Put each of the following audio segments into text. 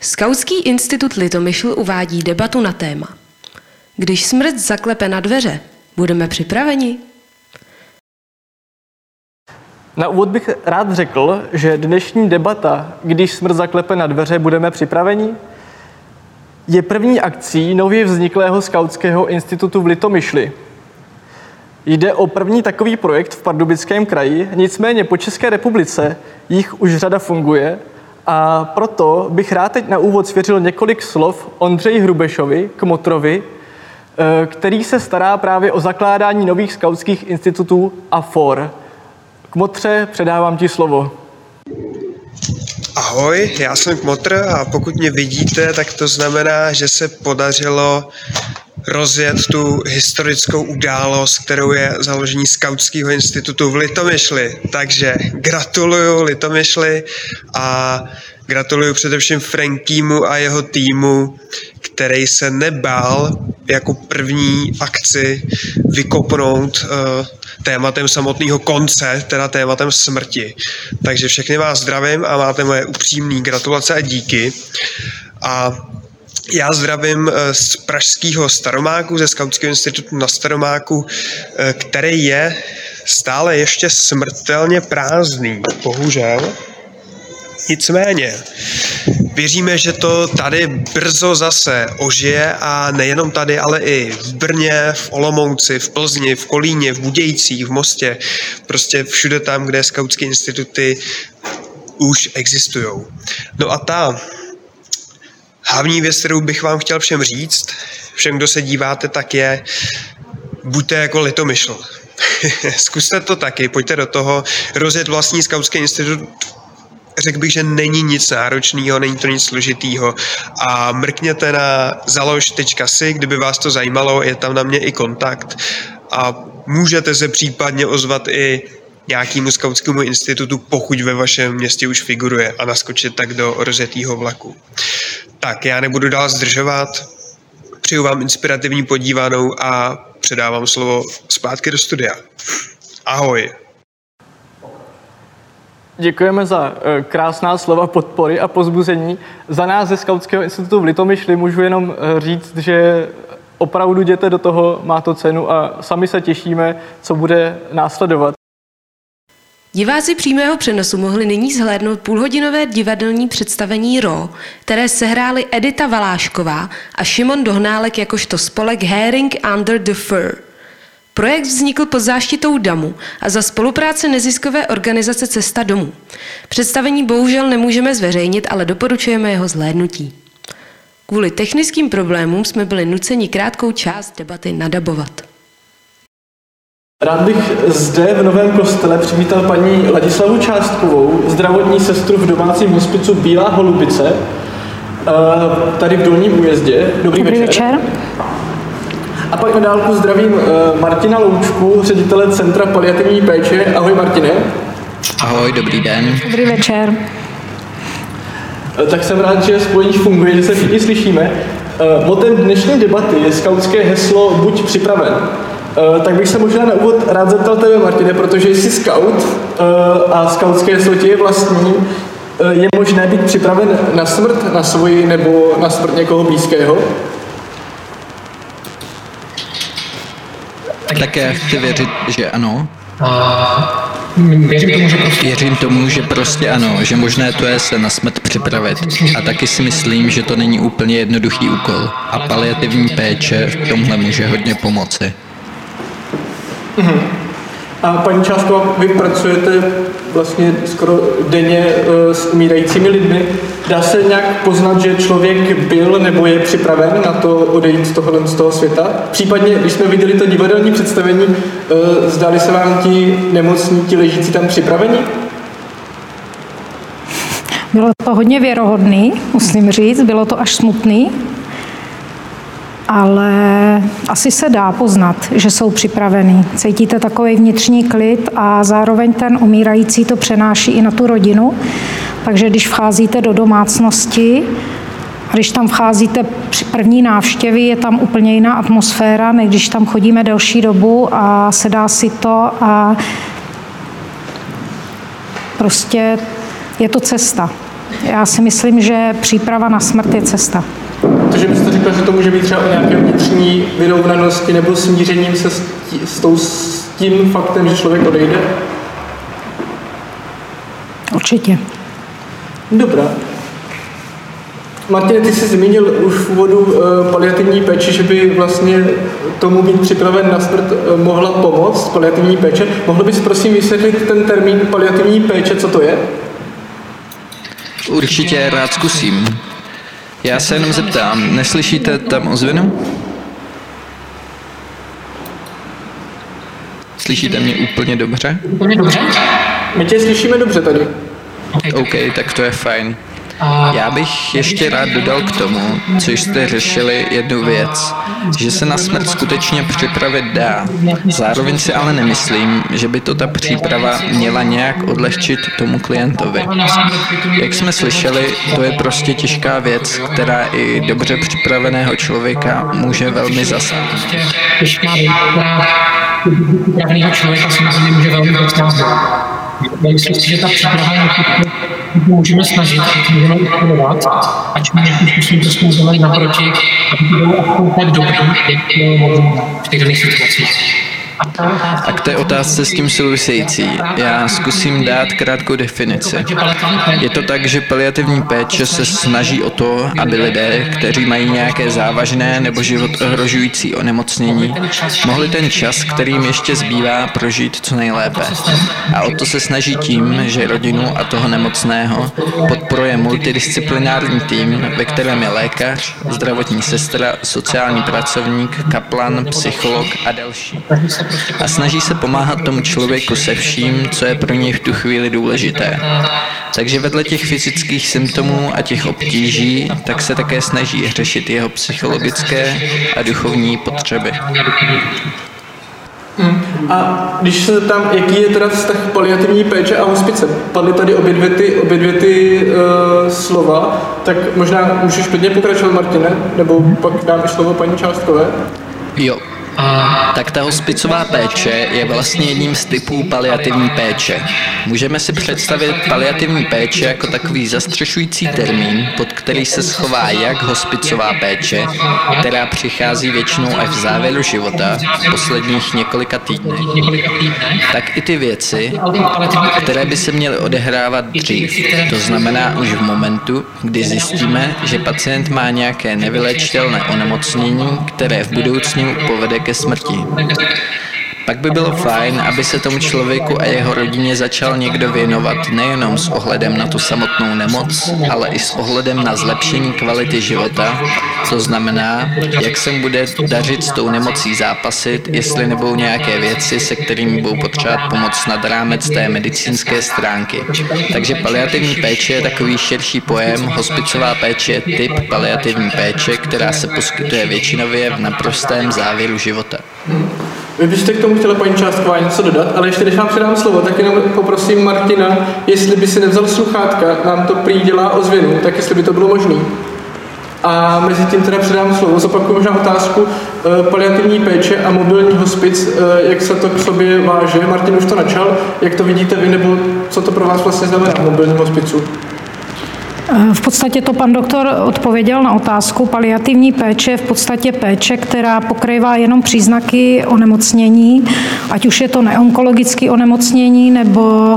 Skautský institut Litomyšl uvádí debatu na téma: Když smrt zaklepe na dveře, budeme připraveni? Na úvod bych rád řekl, že dnešní debata, když smrt zaklepe na dveře, budeme připraveni, je první akcí nově vzniklého skautského institutu v Litomyšli. Jde o první takový projekt v Pardubickém kraji, nicméně po České republice jich už řada funguje a proto bych rád teď na úvod svěřil několik slov Ondřeji Hrubešovi, kmotrovi, který se stará právě o zakládání nových skautských institutů a for. Kmotře, předávám ti slovo. Ahoj, já jsem kmotr a pokud mě vidíte, tak to znamená, že se podařilo rozjet tu historickou událost, kterou je založení Skautského institutu v Litomyšli. Takže gratuluju Litomyšli a gratuluju především Frankiemu a jeho týmu, který se nebál jako první akci vykopnout tématem samotného konce, teda tématem smrti. Takže všechny vás zdravím a máte moje upřímné gratulace a díky. A já zdravím z pražského Staromáku, ze Skautského institutu na Staromáku, který je stále ještě smrtelně prázdný, bohužel. Nicméně, věříme, že to tady brzo zase ožije a nejenom tady, ale i v Brně, v Olomouci, v Plzni, v Kolíně, v Budějcích, v Mostě, prostě všude tam, kde skautské instituty už existují. No a ta hlavní věc, kterou bych vám chtěl všem říct, všem, kdo se díváte, tak je, buďte jako Litomyšl. Zkuste to taky, pojďte do toho, rozjet vlastní skautský institut. Řekl bych, že není nic náročného, není to nic složitýho a mrkněte na založ.si, kdyby vás to zajímalo, je tam na mě i kontakt a můžete se případně ozvat i nějakému skautskému institutu, pokud ve vašem městě už figuruje a naskočit tak do rozjetého vlaku. Tak, já nebudu dál zdržovat, přeju vám inspirativní podívanou a předávám slovo zpátky do studia. Ahoj. Děkujeme za krásná slova podpory a povzbuzení. Za nás ze Skautského institutu v Litomyšli můžu jenom říct, že opravdu jděte do toho, má to cenu a sami se těšíme, co bude následovat. Diváci přímého přenosu mohli nyní zhlédnout půlhodinové divadelní představení RO, které sehrály Edita Valášková a Šimon Dohnálek jakožto spolek Herring Under the Fur. Projekt vznikl pod záštitou DAMu a za spolupráce neziskové organizace Cesta domů. Představení bohužel nemůžeme zveřejnit, ale doporučujeme jeho zhlédnutí. Kvůli technickým problémům jsme byli nuceni krátkou část debaty nadabovat. Rád bych zde v Novém Kostele přivítal paní Ladislavu Částkovou, zdravotní sestru v domácím hospicu Bílá Holubice, tady v Dolním Újezdě. Dobrý večer. A pak na dálku zdravím Martina Loučku, ředitele Centra paliativní péče. Ahoj Martine. Ahoj, dobrý den. Dobrý večer. Tak jsem rád, že spojení funguje, že se všichni slyšíme. Motem dnešní debaty je skautské heslo Buď připraven. Tak bych se možná na úvod rád zeptal tebe, Martine, protože jsi skaut a skautské heslo tě je vlastní. Je možné být připraven na smrt, na svoji nebo na smrt někoho blízkého? Tak já chci věřit, že ano. Věřím tomu, že prostě ano, že možné to je se na smrt připravit. A taky si myslím, že to není úplně jednoduchý úkol. A paliativní péče v tomhle může hodně pomoci. A paní Čásková, vy pracujete vlastně skoro denně s umírajícími lidmi. Dá se nějak poznat, že člověk byl nebo je připraven na to odejít z toho světa? Případně, když jsme viděli to divadelní představení, zdáli se vám ti nemocní, ti ležící tam připraveni? Bylo to hodně věrohodný, musím říct, bylo to až smutný, ale asi se dá poznat, že jsou připravený. Cítíte takový vnitřní klid a zároveň ten umírající to přenáší i na tu rodinu. Takže když vcházíte do domácnosti a když tam vcházíte při první návštěvě, je tam úplně jiná atmosféra, než když tam chodíme delší dobu a sedá si to a prostě je to cesta. Já si myslím, že příprava na smrt je cesta. Takže byste řekla, že to může být třeba o nějaké vnitřní vyrovnanosti nebo smířením se s tím faktem, že člověk odejde? Určitě. Dobrá. Martine, ty jsi zmínil už v úvodu paliativní péči, že by vlastně tomu být připraven na smrt mohla pomoct, paliativní péče. Mohl bys prosím vysvětlit ten termín paliativní péče, co to je? Určitě rád zkusím. Já se jenom zeptám, neslyšíte tam ozvěnu? Slyšíte mě úplně dobře? My tě slyšíme dobře tady. OK, tak to je fajn. Já bych ještě rád dodal k tomu, co jste řešili, jednu věc, že se na smrt skutečně připravit dá. Zároveň si ale nemyslím, že by to ta příprava měla nějak odlehčit tomu klientovi. Jak jsme slyšeli, to je prostě těžká věc, která i dobře připraveného člověka může velmi zasáhnout. Těžká věc, která připraveného člověka si myslím, může velmi zasáhnout. Myslím si, že ta příprava je můžeme snažit, můžeme uspělovat, ať nějakým způsobem to jsme naproti, aby to bylo aspoň tak dobrý, jak možná v těch daných situacích. A k té otázce s tím související, já zkusím dát krátkou definici. Je to tak, že paliativní péče se snaží o to, aby lidé, kteří mají nějaké závažné nebo život ohrožující onemocnění, mohli ten čas, který jim ještě zbývá, prožít co nejlépe. A o to se snaží tím, že rodinu a toho nemocného podporuje multidisciplinární tým, ve kterém je lékař, zdravotní sestra, sociální pracovník, kaplan, psycholog a další. A snaží se pomáhat tomu člověku se vším, co je pro něj v tu chvíli důležité. Takže vedle těch fyzických symptomů a těch obtíží, tak se také snaží řešit jeho psychologické a duchovní potřeby. A když se zeptám, jaký je teda vztah paliativní péče a hospice? Padly tady obě dvě ty slova, tak možná můžeš klidně pokračovat, Martine, nebo pak dám i slovo paní Částkové. Jo. Tak ta hospicová péče je vlastně jedním z typů paliativní péče. Můžeme si představit paliativní péče jako takový zastřešující termín, pod který se schová jak hospicová péče, která přichází většinou až v závěru života, v posledních několika týdnech, tak i ty věci, které by se měly odehrávat dřív. To znamená už v momentu, kdy zjistíme, že pacient má nějaké nevyléčitelné onemocnění, které v budoucnu povede ke smrti. Pak by bylo fajn, aby se tomu člověku a jeho rodině začal někdo věnovat nejenom s ohledem na tu samotnou nemoc, ale i s ohledem na zlepšení kvality života. To znamená, jak se bude dařit s tou nemocí zápasit, jestli nebudou nějaké věci, se kterými budou potřebovat pomoc nad rámec té medicínské stránky. Takže paliativní péče je takový širší pojem, hospicová péče je typ paliativní péče, která se poskytuje většinově v naprostém závěru života. Vy byste k tomu chtěla, paní Částková, něco dodat, ale ještě než vám předám slovo, tak jenom poprosím Martina, jestli by si nevzal sluchátka, nám to prý dělá ozvěnu, tak jestli by to bylo možné. A mezi tím teda předám slovo, zopakuju možná otázku paliativní péče a mobilní hospic, jak se to k sobě váže. Martin už to načal, jak to vidíte vy, nebo co to pro vás vlastně znamená mobilní hospicu? V podstatě to pan doktor odpověděl na otázku. Paliativní péče je v podstatě péče, která pokrývá jenom příznaky onemocnění, ať už je to neonkologické onemocnění nebo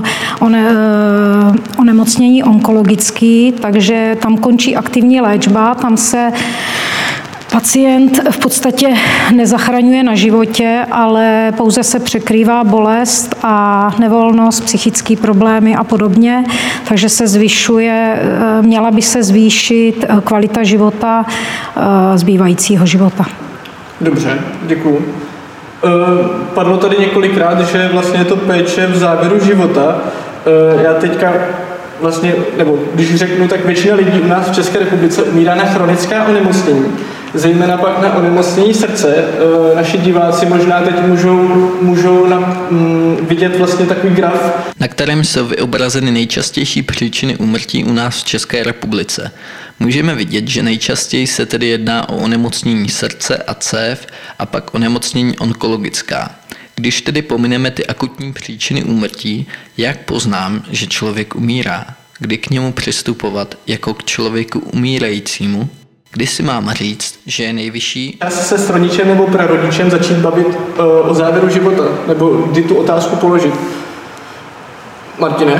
onemocnění onkologické, takže tam končí aktivní léčba, tam se pacient v podstatě nezachraňuje na životě, ale pouze se překrývá bolest a nevolnost, psychické problémy a podobně, takže se měla by se zvýšit kvalita života zbývajícího života. Dobře, děkuju. Padlo tady několikrát, že vlastně je to péče v závěru života. Já teďka vlastně, nebo když řeknu, tak většina lidí u nás v České republice umírá na chronická onemocnění. Zejména pak na onemocnění srdce. Naši diváci možná teď můžou vidět vlastně takový graf, na kterém jsou vyobrazeny nejčastější příčiny úmrtí u nás v České republice. Můžeme vidět, že nejčastěji se tedy jedná o onemocnění srdce a cév a pak onemocnění onkologická. Když tedy pomineme ty akutní příčiny úmrtí, jak poznám, že člověk umírá? kdy k němu přistupovat jako k člověku umírajícímu, kdy si mám říct, že je nejvyšší. Se s rodičem nebo prarodičem začít bavit o závěru života, nebo kdy tu otázku položit. Martine?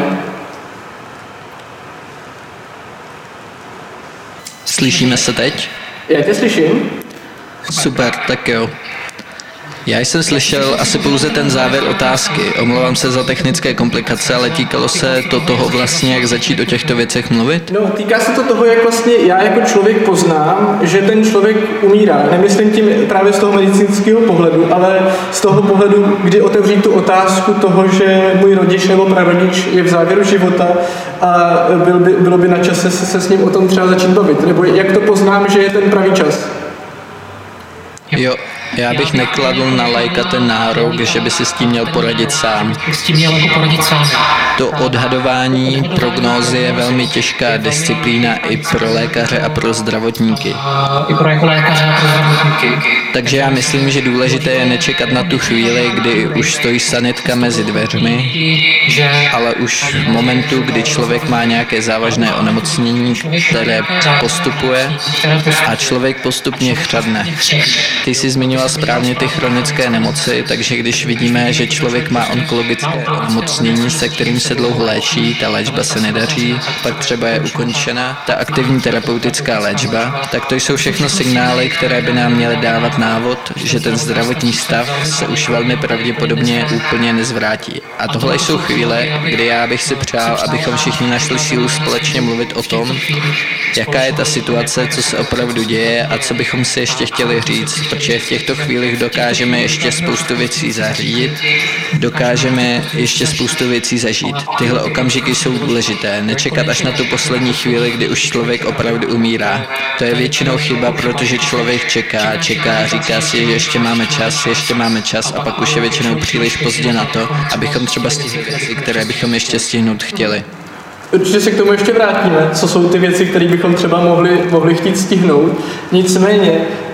Slyšíme se teď? Já tě slyším. Super, tak jo. Já jsem slyšel asi pouze ten závěr otázky. Omlouvám se za technické komplikace, ale týkalo se to toho vlastně, jak začít o těchto věcech mluvit? No, týká se to toho, jak vlastně já jako člověk poznám, že ten člověk umírá. Nemyslím tím právě z toho medicínského pohledu, ale z toho pohledu, kdy otevřít tu otázku toho, že můj rodič nebo prarodič je v závěru života a bylo by na čase se s ním o tom třeba začít bavit. Nebo jak to poznám, že je ten pravý čas? Jo, já bych nekladl na laika ten nárok, že by si s tím měl poradit sám. To odhadování prognózy je velmi těžká disciplína i pro lékaře a pro zdravotníky. Takže já myslím, že důležité je nečekat na tu chvíli, kdy už stojí sanitka mezi dveřmi, ale už v momentu, kdy člověk má nějaké závažné onemocnění, které postupuje a člověk postupně chřadne. Ty jsi zmiňoval správně ty chronické nemoci, takže když vidíme, že člověk má onkologické onemocnění, se kterým se dlouho léčí, ta léčba se nedaří, pak třeba je ukončena ta aktivní terapeutická léčba, tak to jsou všechno signály, které by nám měly dávat návod, že ten zdravotní stav se už velmi pravděpodobně úplně nezvrátí. A tohle jsou chvíle, kdy já bych si přál, abychom všichni našli sílu společně mluvit o tom, jaká je ta situace, co se opravdu děje a co bychom si ještě chtěli říct, protože v těchto chvílích dokážeme ještě spoustu věcí zařídit, dokážeme ještě spoustu věcí zažít. Tyhle okamžiky jsou důležité, nečekat až na tu poslední chvíli, kdy už člověk opravdu umírá. To je většinou chyba, protože člověk čeká, říká si, že ještě máme čas a pak už je většinou příliš pozdě na to, abychom třeba stihli věci, které bychom ještě stihnout chtěli. Určitě se k tomu ještě vrátíme, co jsou ty věci, které bychom třeba mohli chtít stihnout. Nicméně,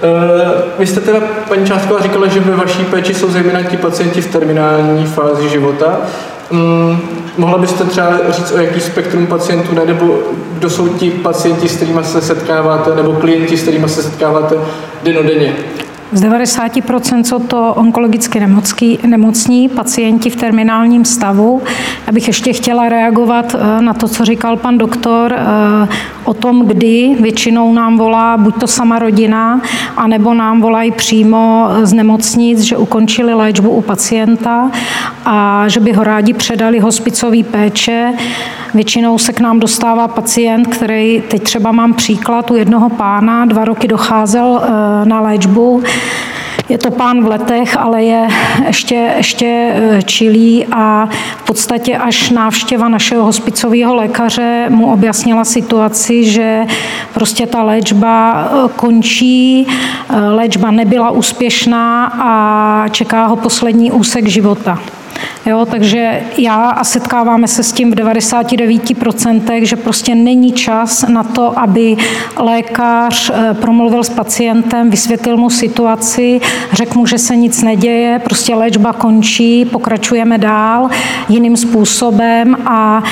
vy jste teda, paní Částková, říkala, že ve vaší péči jsou zejména ti pacienti v terminální fázi života. Mohla byste třeba říct, o jaký spektrum pacientů, nebo kdo jsou ti pacienti, s kterými se setkáváte, nebo klienti, s kterými se setkáváte dennodenně? Z 90% jsou to onkologicky nemocní pacienti v terminálním stavu. Já bych ještě chtěla reagovat na to, co říkal pan doktor, o tom, kdy většinou nám volá buď to sama rodina, anebo nám volají přímo z nemocnic, že ukončili léčbu u pacienta a že by ho rádi předali hospicové péče. Většinou se k nám dostává pacient, který, teď třeba mám příklad u jednoho pána, 2 roky docházel na léčbu. Je to pán v letech, ale je ještě čilý a v podstatě až návštěva našeho hospicového lékaře mu objasnila situaci, že prostě ta léčba končí, léčba nebyla úspěšná a čeká ho poslední úsek života. Jo, takže a setkáváme se s tím v 99%, že prostě není čas na to, aby lékař promluvil s pacientem, vysvětlil mu situaci, řekl mu, že se nic neděje, prostě léčba končí, pokračujeme dál jiným způsobem a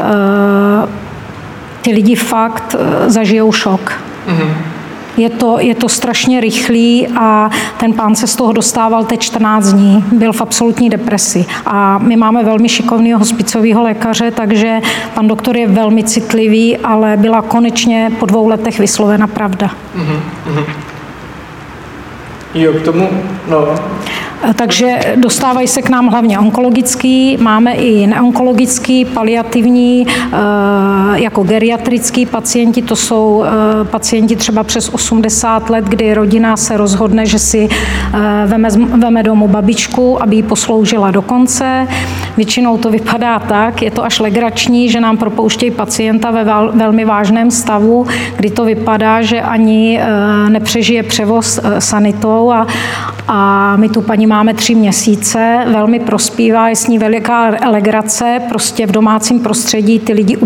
ty lidi fakt zažijou šok. Mm-hmm. Je to strašně rychlý a ten pán se z toho dostával teď 14 dní. Byl v absolutní depresi. A my máme velmi šikovného hospicového lékaře, takže pan doktor je velmi citlivý, ale byla konečně po 2 letech vyslovena pravda. Mm-hmm. Jo, k tomu, no. Takže dostávají se k nám hlavně onkologický, máme i neonkologický, paliativní, jako geriatrický pacienti, to jsou pacienti třeba přes 80 let, kdy rodina se rozhodne, že si veme domů babičku, aby ji posloužila do konce. Většinou to vypadá tak, je to až legrační, že nám propouštějí pacienta ve velmi vážném stavu, kdy to vypadá, že ani nepřežije převoz sanitou a my tu paní máme 3 měsíce, velmi prospívá, je s ní veliká legrace, prostě v domácím prostředí ty lidi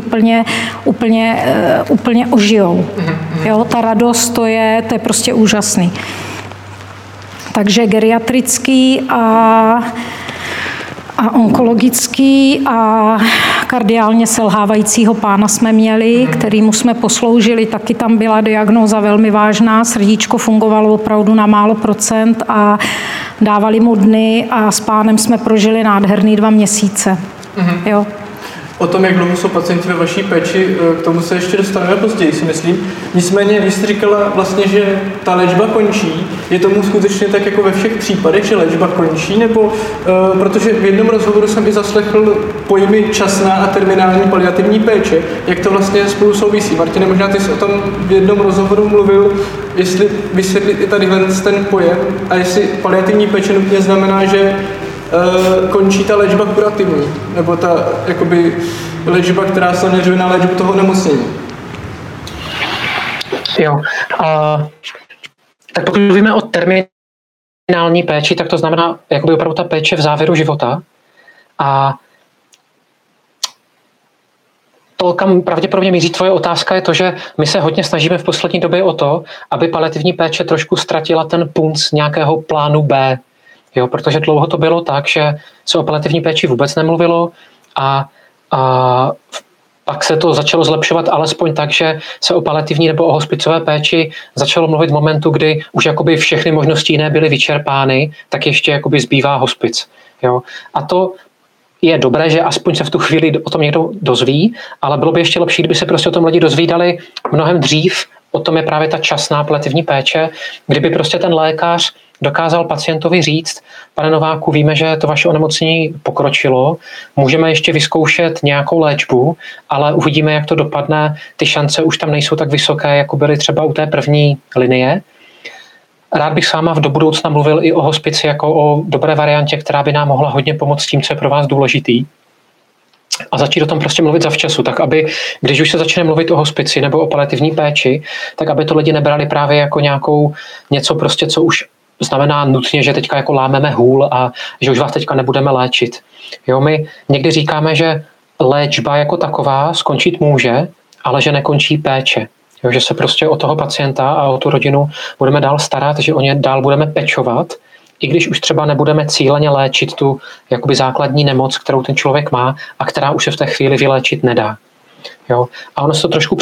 úplně ožijou. Jo, ta radost, to je prostě úžasný. Takže geriatrický A onkologický a kardiálně selhávajícího pána jsme měli, kterýmu jsme posloužili, taky tam byla diagnóza velmi vážná, srdíčko fungovalo opravdu na málo procent a dávali mu dny a s pánem jsme prožili nádherný 2 měsíce. Jo. O tom, jak dlouho jsou pacienti ve vaší péči, k tomu se ještě dostaneme později, si myslím. Nicméně, vy jste říkala vlastně, že ta léčba končí. Je tomu skutečně tak jako ve všech případech, že léčba končí? Nebo protože v jednom rozhovoru jsem i zaslechl pojmy časná a terminální paliativní péče. Jak to vlastně spolu souvisí? Martine, možná ty jsi o tom v jednom rozhovoru mluvil, jestli vysvětlit i tady ten pojem a jestli paliativní péče nutně znamená, že končí ta léčba kurativní, nebo ta jakoby léčba, která se zaměřuje na léčbu toho onemocnění. Jo. Tak pokud mluvíme o terminální péči, tak to znamená jakoby opravdu ta péče v závěru života. A to, kam pravděpodobně míří tvoje otázka, je to, že my se hodně snažíme v poslední době o to, aby paliativní péče trošku ztratila ten punc nějakého plánu B. Jo, protože dlouho to bylo tak, že se o paliativní péči vůbec nemluvilo a pak se to začalo zlepšovat alespoň tak, že se o paliativní nebo o hospicové péči začalo mluvit v momentu, kdy už jakoby všechny možnosti jiné byly vyčerpány, tak ještě jakoby zbývá hospic. Jo. A to je dobré, že aspoň se v tu chvíli o tom někdo dozví, ale bylo by ještě lepší, kdyby se prostě o tom lidi dozvídali mnohem dřív. O tom je právě ta časná paliativní péče, kdyby prostě ten lékař dokázal pacientovi říct, pane Nováku, víme, že to vaše onemocnění pokročilo, můžeme ještě vyzkoušet nějakou léčbu, ale uvidíme, jak to dopadne, ty šance už tam nejsou tak vysoké, jako byly třeba u té první linie. Rád bych s váma do budoucna mluvil i o hospici jako o dobré variantě, která by nám mohla hodně pomoct tím, co je pro vás důležitý. A začít o tom prostě mluvit zavčasu, tak aby, když už se začne mluvit o hospici nebo o paliativní péči, tak aby to lidi nebrali právě jako něco prostě, co už znamená nutně, že teďka jako lámeme hůl a že už vás teďka nebudeme léčit. Jo, my někdy říkáme, že léčba jako taková skončit může, ale že nekončí péče. Jo, že se prostě o toho pacienta a o tu rodinu budeme dál starat, že o ně dál budeme pečovat, i když už třeba nebudeme cíleně léčit tu jakoby základní nemoc, kterou ten člověk má a která už se v té chvíli vyléčit nedá. Jo? A ono se to trošku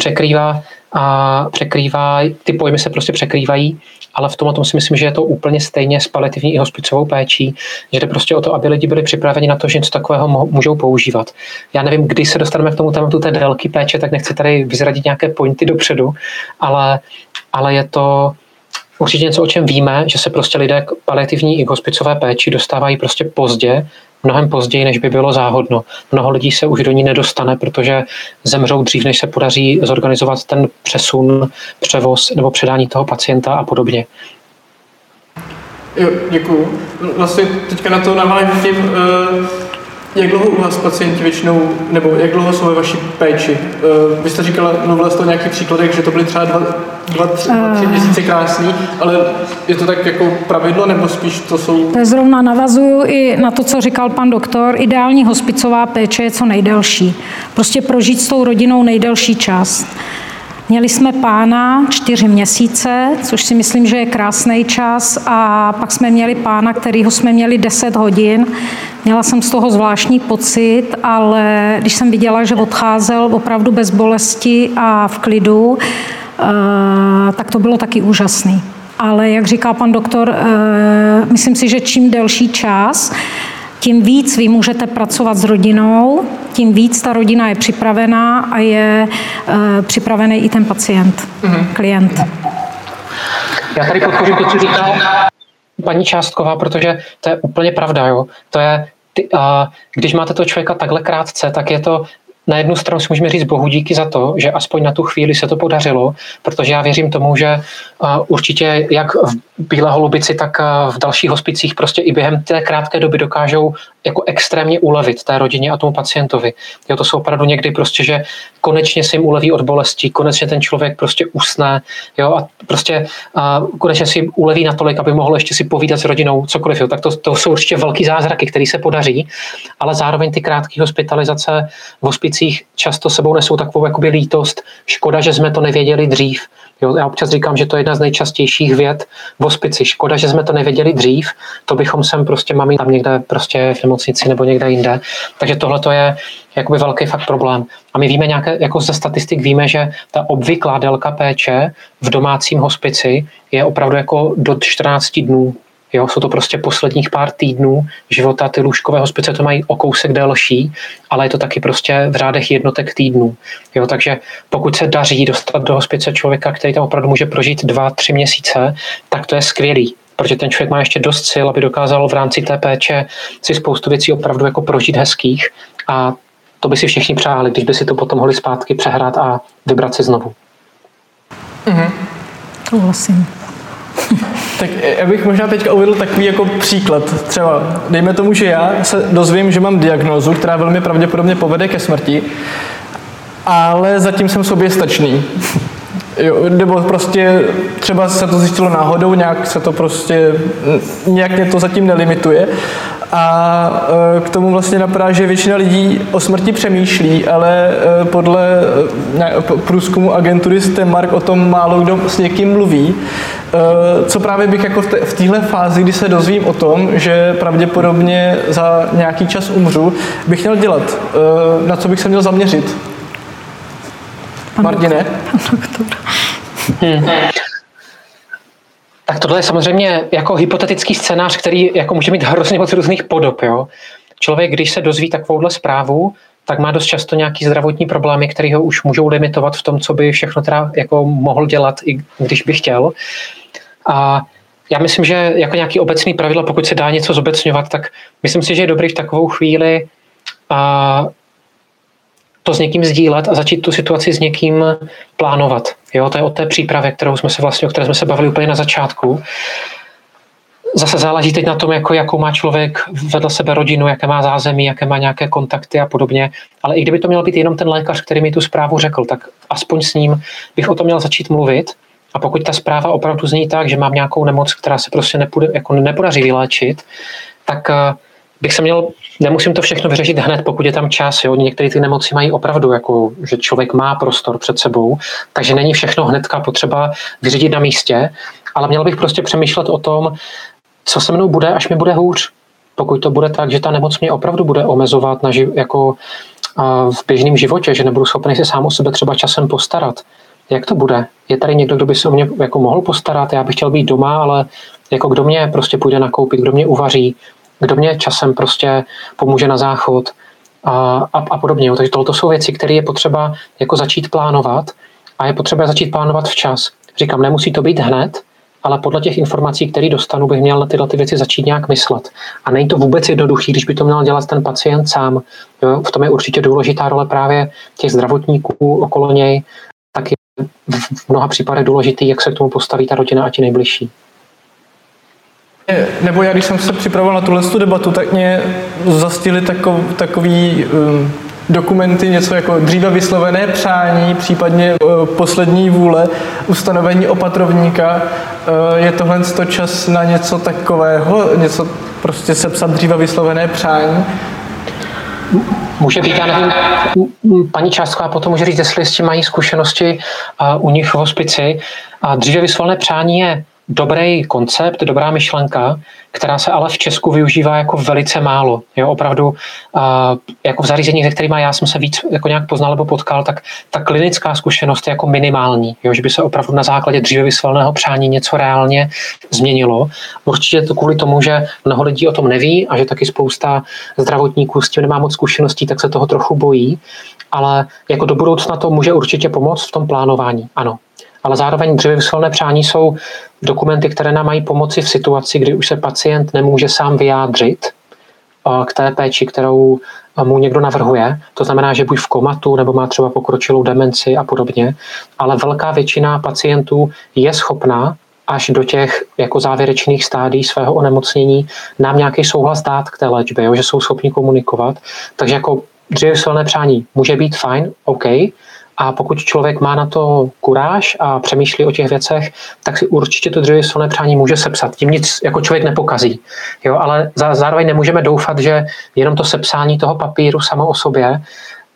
překrývá, ty pojmy se prostě překrývají, ale v tom si myslím, že je to úplně stejně s paliativní i hospicovou péčí, že jde prostě o to, aby lidi byli připraveni na to, že něco takového můžou používat. Já nevím, kdy se dostaneme k tomu tématu té délky péče, tak nechci tady vyzradit nějaké pointy dopředu, ale je to určitě něco, o čem víme, že se prostě lidé k paliativní i k hospicové péči dostávají prostě pozdě, mnohem později, než by bylo záhodno. Mnoho lidí se už do ní nedostane, protože zemřou dřív, než se podaří zorganizovat ten přesun, převoz nebo předání toho pacienta a podobně. Jo, děkuju. Vlastně teďka na to navážu tím, jak dlouho u vás pacienti většinou, nebo jak dlouho jsou ve vaší péči? Vy jste říkala, mluvila jste o nějakých příkladech, že to byly třeba 2-3 měsíce krásný, ale je to tak jako pravidlo, nebo spíš to jsou... To zrovna navazuju i na to, co říkal pan doktor. Ideální hospicová péče je co nejdelší. Prostě prožít s tou rodinou nejdelší čas. Měli jsme pána 4 měsíce, což si myslím, že je krásný čas, a pak jsme měli pána, kterýho jsme měli 10 hodin. Měla jsem z toho zvláštní pocit, ale když jsem viděla, že odcházel opravdu bez bolesti a v klidu, tak to bylo taky úžasný. Ale jak říká pan doktor, myslím si, že čím delší čas, tím víc vy můžete pracovat s rodinou, tím víc ta rodina je připravená a je připravený i ten pacient, klient. Já tady podpořím to, co říká paní Částková, protože to je úplně pravda. Jo. To je, když máte toho člověka takhle krátce, tak je to na jednu stranu si můžeme říct bohu díky za to, že aspoň na tu chvíli se to podařilo, protože já věřím tomu, že určitě jak v Bílé holubici, tak v dalších hospicích prostě i během té krátké doby dokážou jako extrémně ulevit té rodině a tomu pacientovi. Jo, to jsou opravdu někdy prostě, že konečně se jim uleví od bolesti, konečně ten člověk prostě usne, jo, a prostě konečně si jim uleví natolik, aby mohl ještě si povídat s rodinou cokoliv. Jo. Tak to jsou určitě velký zázraky, které se podaří, ale zároveň ty krátké hospitalizace v hospicích často sebou nesou takovou jakoby lítost. Škoda, že jsme to nevěděli dřív. Jo, já občas říkám, že to je jedna z nejčastějších vět v hospici. Škoda, že jsme to nevěděli dřív, to bychom sem prostě mami tam někde prostě v nemocnici nebo někde jinde. Takže tohle to je jakoby velký fakt problém. A my víme nějaké, jako ze statistik víme, že ta obvyklá délka péče v domácím hospici je opravdu jako do 14 dnů. Jo, jsou to prostě posledních pár týdnů života, ty lůžkové hospice to mají o kousek delší, ale je to taky prostě v řádech jednotek týdnů. Jo, takže pokud se daří dostat do hospice člověka, který tam opravdu může prožít 2-3 měsíce, tak to je skvělý, protože ten člověk má ještě dost sil, aby dokázal v rámci té péče si spoustu věcí opravdu jako prožít hezkých a to by si všichni přáli, když by si to potom mohli zpátky přehrát a vybrat si znovu. Souhlasím. Tak já bych možná teďka uvedl takový jako příklad. Třeba dejme tomu, že já se dozvím, že mám diagnózu, která velmi pravděpodobně povede ke smrti, ale zatím jsem soběstačný. Jo, nebo prostě třeba se to zjistilo náhodou, nějak mě to zatím nelimituje. A k tomu vlastně napadá, že většina lidí o smrti přemýšlí, ale podle průzkumu agentury Stenmark o tom málo kdo s někým mluví. Co právě bych jako v téhle fázi, kdy se dozvím o tom, že pravděpodobně za nějaký čas umřu, bych měl dělat? Na co bych se měl zaměřit? Martine? Tak tohle je samozřejmě jako hypotetický scénář, který jako může mít hrozně moc různých podob. Jo? Člověk, když se dozví takovouhle zprávu, tak má dost často nějaký zdravotní problémy, které ho už můžou limitovat v tom, co by všechno teda jako mohl dělat, i když by chtěl. A já myslím, že jako nějaký obecný pravidla, pokud se dá něco zobecňovat, tak myslím si, že je dobrý v takovou chvíli to s někým sdílet a začít tu situaci s někým plánovat. Jo, to je o té přípravě, o které jsme se bavili úplně na začátku. Zase záleží teď na tom, jakou má člověk vedle sebe rodinu, jaké má zázemí, jaké má nějaké kontakty a podobně. Ale i kdyby to měl být jenom ten lékař, který mi tu zprávu řekl, tak aspoň s ním bych o tom měl začít mluvit. A pokud ta zpráva opravdu zní tak, že mám nějakou nemoc, která se prostě nepodaří vyléčit, tak nemusím to všechno vyřešit hned, pokud je tam čas. Jo? Některé ty nemoci mají opravdu, jako, že člověk má prostor před sebou, takže není všechno hnedka potřeba vyřídit na místě, ale měl bych prostě přemýšlet o tom, co se mnou bude, až mi bude hůř. Pokud to bude tak, že ta nemoc mě opravdu bude omezovat v běžném životě, že nebudu schopný se sám o sebe třeba časem postarat. Jak to bude? Je tady někdo, kdo by se o mě jako mohl postarat? Já bych chtěl být doma, ale jako kdo mě prostě půjde nakoupit, kdo mě uvaří, kdo mě časem prostě pomůže na záchod a podobně. Takže tohle jsou věci, které je potřeba jako začít plánovat a je potřeba začít plánovat včas. Říkám, nemusí to být hned, ale podle těch informací, které dostanu, bych měl na tyhle ty věci začít nějak myslet. A není to vůbec jednoduchý, když by to měl dělat ten pacient sám. Jo? V tom je určitě důležitá role právě těch zdravotníků okolo něj, tak je v mnoha případech důležitý, jak se k tomu postaví ta rodina a ti nejbližší. Nebo já, když jsem se připravoval na tuhle debatu, tak mě zastihly takový dokumenty, něco jako dříve vyslovené přání, případně poslední vůle, ustanovení opatrovníka. Je tohle čas na něco takového, něco prostě sepsat dříve vyslovené přání? Může být, já nevím, paní Částková potom může říct, jestli s tím mají zkušenosti u nich v hospici. Dříve vyslovené přání je dobrý koncept, dobrá myšlenka, která se ale v Česku využívá jako velice málo. Jo, opravdu jako v zařízeních, se kterými já jsem se víc jako nějak poznal nebo potkal, tak ta klinická zkušenost je jako minimální, jo, že by se opravdu na základě dříve vysloveného přání něco reálně změnilo. Určitě to kvůli tomu, že mnoho lidí o tom neví a že taky spousta zdravotníků s tím nemá moc zkušeností, tak se toho trochu bojí, ale jako do budoucna to může určitě pomoct v tom plánování, ano. Ale zároveň dříve vyslovené přání jsou dokumenty, které nám mají pomoci v situaci, kdy už se pacient nemůže sám vyjádřit k té péči, kterou mu někdo navrhuje. To znamená, že buď v komatu, nebo má třeba pokročilou demenci a podobně. Ale velká většina pacientů je schopná až do těch jako závěrečných stádií svého onemocnění nám nějaký souhlas dát k té léčbě, jo? Že jsou schopni komunikovat. Takže jako dříve vyslovené přání může být fajn, OK. A pokud člověk má na to kuráž a přemýšlí o těch věcech, tak si určitě to dříve vyslovené přání může sepsat. Tím nic jako člověk nepokazí. Jo, ale zároveň nemůžeme doufat, že jenom to sepsání toho papíru samo o sobě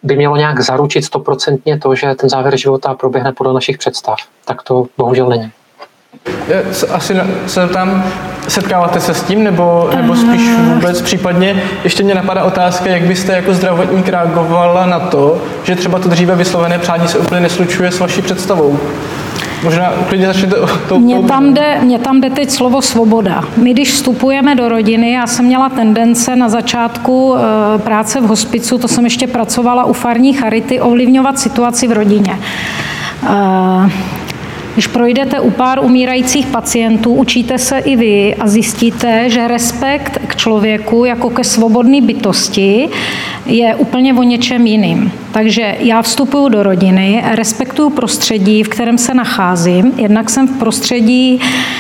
by mělo nějak zaručit 100% to, že ten závěr života proběhne podle našich představ. Tak to bohužel není. Asi se tam setkáváte se s tím, nebo spíš vůbec případně? Ještě mě napadá otázka, jak byste jako zdravotník reagovala na to, že třeba to dříve vyslovené přání se úplně neslučuje s vaší představou. Možná klidně začněte to. Mně tam jde teď slovo svoboda. My, když vstupujeme do rodiny, já jsem měla tendence na začátku práce v hospicu, to jsem ještě pracovala u farní charity, ovlivňovat situaci v rodině. Když projdete u pár umírajících pacientů, učíte se i vy a zjistíte, že respekt k člověku jako ke svobodné bytosti je úplně o něčem jiným. Takže já vstupuju do rodiny, respektuju prostředí, v kterém se nacházím. Jednak jsem v prostředí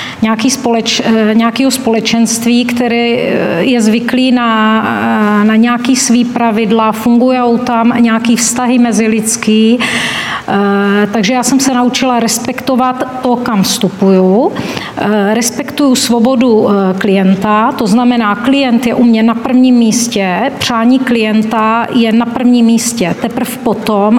nějakého společenství, který je zvyklý na nějaký svý pravidla, fungují tam nějaký vztahy mezilidský. Takže já jsem se naučila respektovat to, kam vstupuju. Respektuju svobodu klienta, to znamená, klient je u mě na prvním místě, přání klienta je na prvním místě. Teprve potom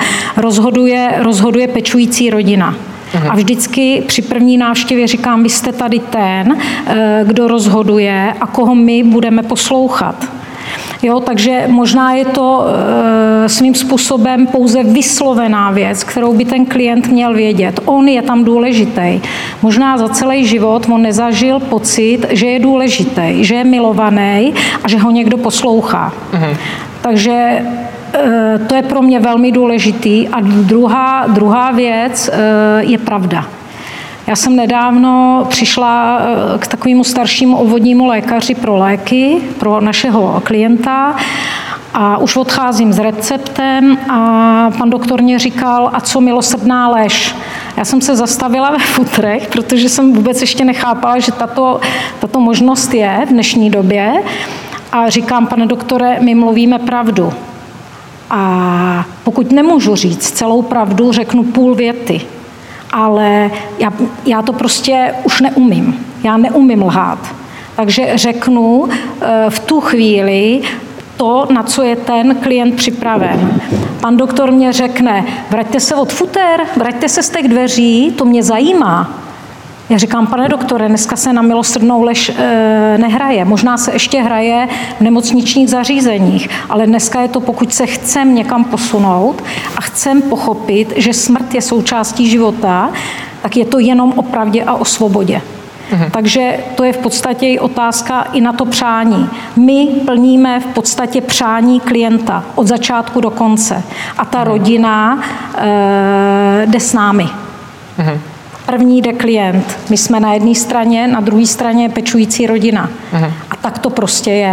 rozhoduje pečující rodina. A vždycky při první návštěvě říkám, vy jste tady ten, kdo rozhoduje a koho my budeme poslouchat. Jo, takže možná je to svým způsobem pouze vyslovená věc, kterou by ten klient měl vědět. On je tam důležitý. Možná za celý život on nezažil pocit, že je důležitý, že je milovaný a že ho někdo poslouchá. Takže to je pro mě velmi důležitý. A druhá věc je pravda. Já jsem nedávno přišla k takovému staršímu obvodnímu lékaři pro léky, pro našeho klienta a už odcházím s receptem a pan doktor mě říkal, a co milosrdná lež? Já jsem se zastavila ve futrech, protože jsem vůbec ještě nechápala, že tato možnost je v dnešní době a říkám, pane doktore, my mluvíme pravdu. A pokud nemůžu říct celou pravdu, řeknu půl věty. Ale já to prostě už neumím. Já neumím lhát. Takže řeknu v tu chvíli to, na co je ten klient připraven. Pan doktor mě řekne, vraťte se od futer, vraťte se z těch dveří, to mě zajímá. Já říkám, pane doktore, dneska se na milosrdnou lež nehraje. Možná se ještě hraje v nemocničních zařízeních, ale dneska je to, pokud se chcem někam posunout a chcem pochopit, že smrt je součástí života, tak je to jenom o pravdě a o svobodě. Takže to je v podstatě i otázka i na to přání. My plníme v podstatě přání klienta od začátku do konce. A ta rodina jde s námi. První jde klient. My jsme na jedné straně, na druhé straně je pečující rodina. A tak to prostě je.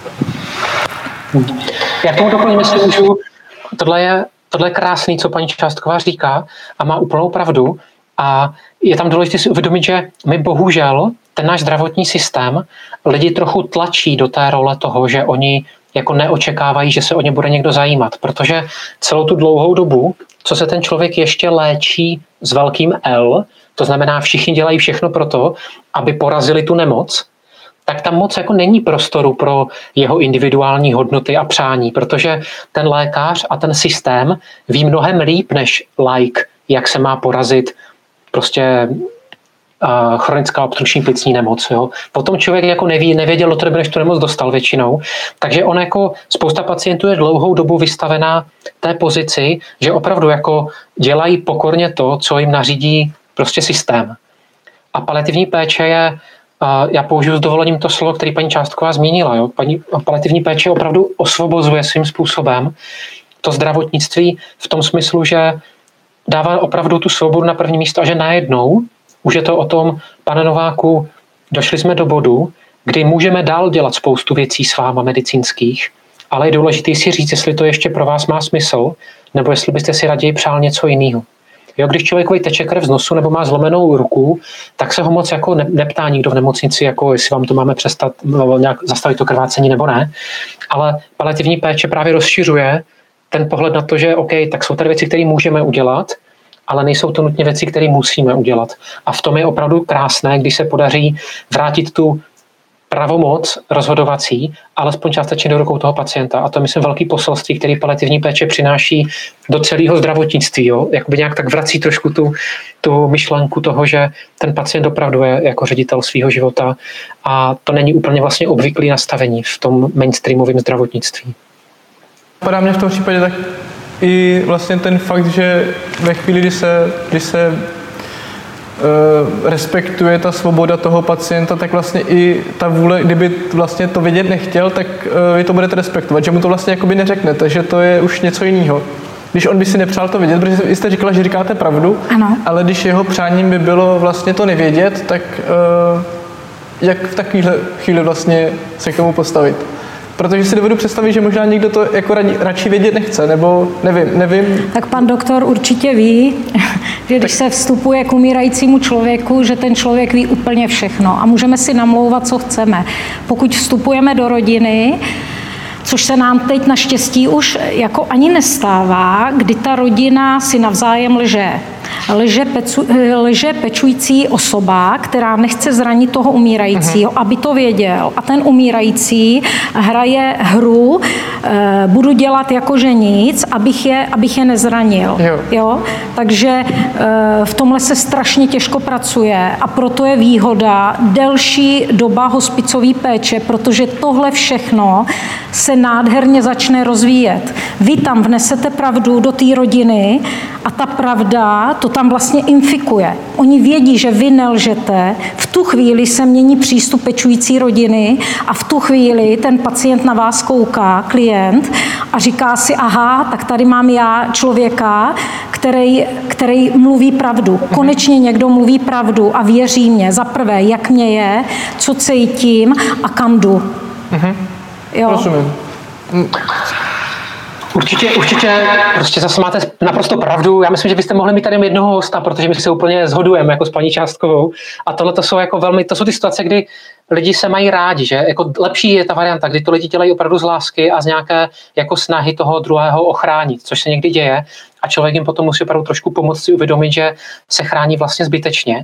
Já k tomu doplním, jestli můžu. Tohle je krásný, co paní Částková říká a má úplnou pravdu. A je tam důležité si uvědomit, že my bohužel ten náš zdravotní systém lidi trochu tlačí do té role toho, že oni jako neočekávají, že se o ně bude někdo zajímat. Protože celou tu dlouhou dobu, co se ten člověk ještě léčí s velkým L, to znamená všichni dělají všechno pro to, aby porazili tu nemoc, tak tam moc jako není prostoru pro jeho individuální hodnoty a přání, protože ten lékař a ten systém ví mnohem líp než laik, jak se má porazit prostě chronická obstrukční plicní nemoc. Jo. Potom člověk jako nevěděl do té doby, než tu nemoc dostal většinou. Takže on jako spousta pacientů je dlouhou dobu vystavená té pozici, že opravdu jako dělají pokorně to, co jim nařídí prostě systém. A paliativní péče je, já použiju s dovolením to slovo, který paní Částková zmínila. Jo. Paliativní péče opravdu osvobozuje svým způsobem to zdravotnictví v tom smyslu, že dává opravdu tu svobodu na první místo a že najednou už je to o tom, pane Nováku, došli jsme do bodu, kdy můžeme dál dělat spoustu věcí s váma medicínských, ale je důležité si říct, jestli to ještě pro vás má smysl, nebo jestli byste si raději přál něco jiného. Jo, když člověkovi teče krev z nosu nebo má zlomenou ruku, tak se ho moc jako neptá nikdo v nemocnici, jako jestli vám to máme přestat nějak zastavit to krvácení nebo ne. Ale paliativní péče právě rozšiřuje ten pohled na to, že OK, tak jsou tady věci, které můžeme udělat, ale nejsou to nutně věci, které musíme udělat. A v tom je opravdu krásné, když se podaří vrátit tu pravomoc rozhodovací, alespoň částečně do rukou toho pacienta. A to je, myslím, velký poselství, který paliativní péče přináší do celého zdravotnictví. Jo? Jakoby nějak tak vrací trošku tu myšlenku toho, že ten pacient opravdu je jako ředitel svého života a to není úplně vlastně obvyklý nastavení v tom mainstreamovém zdravotnictví. Padá mě v tom případě tak i vlastně ten fakt, že ve chvíli, kdy se respektuje ta svoboda toho pacienta, tak vlastně i ta vůle, kdyby vlastně to vědět nechtěl, tak vy to budete respektovat, že mu to vlastně jakoby neřeknete, že to je už něco jiného. Když on by si nepřál to vědět, protože jste říkala, že říkáte pravdu, ano. Ale když jeho přáním by bylo vlastně to nevědět, tak jak v takovéhle chvíli vlastně se k tomu postavit? Protože si dovedu představit, že možná někdo to jako radši vědět nechce, nebo nevím. Tak pan doktor určitě ví, že když se vstupuje k umírajícímu člověku, že ten člověk ví úplně všechno a můžeme si namlouvat, co chceme. Pokud vstupujeme do rodiny, což se nám teď naštěstí už jako ani nestává, kdy ta rodina si navzájem lže. Lže pečující osoba, která nechce zranit toho umírajícího, aby to věděl. A ten umírající hraje hru, budu dělat jakože nic, abych je nezranil. Jo? Takže v tomhle se strašně těžko pracuje a proto je výhoda delší doba hospicové péče, protože tohle všechno se nádherně začne rozvíjet. Vy tam vnesete pravdu do té rodiny a ta pravda to tam vlastně infikuje. Oni vědí, že vy nelžete, v tu chvíli se mění přístup pečující rodiny a v tu chvíli ten pacient na vás kouká, klient, a říká si, aha, tak tady mám já člověka, který mluví pravdu. Konečně někdo mluví pravdu a věří mě. Za prvé, jak mě je, co cítím a kam jdu. Jo. Rozumím. Určitě, prostě zase máte naprosto pravdu. Já myslím, že byste mohli mít tady jednoho hosta, protože my se úplně shodujeme jako s paní Částkovou. A tohle to jsou jako to jsou ty situace, kdy lidi se mají rádi, že jako lepší je ta varianta, kdy to lidi dělají opravdu z lásky a z nějaké jako snahy toho druhého ochránit, což se někdy děje a člověk jim potom musí opravdu trošku pomoct si uvědomit, že se chrání vlastně zbytečně.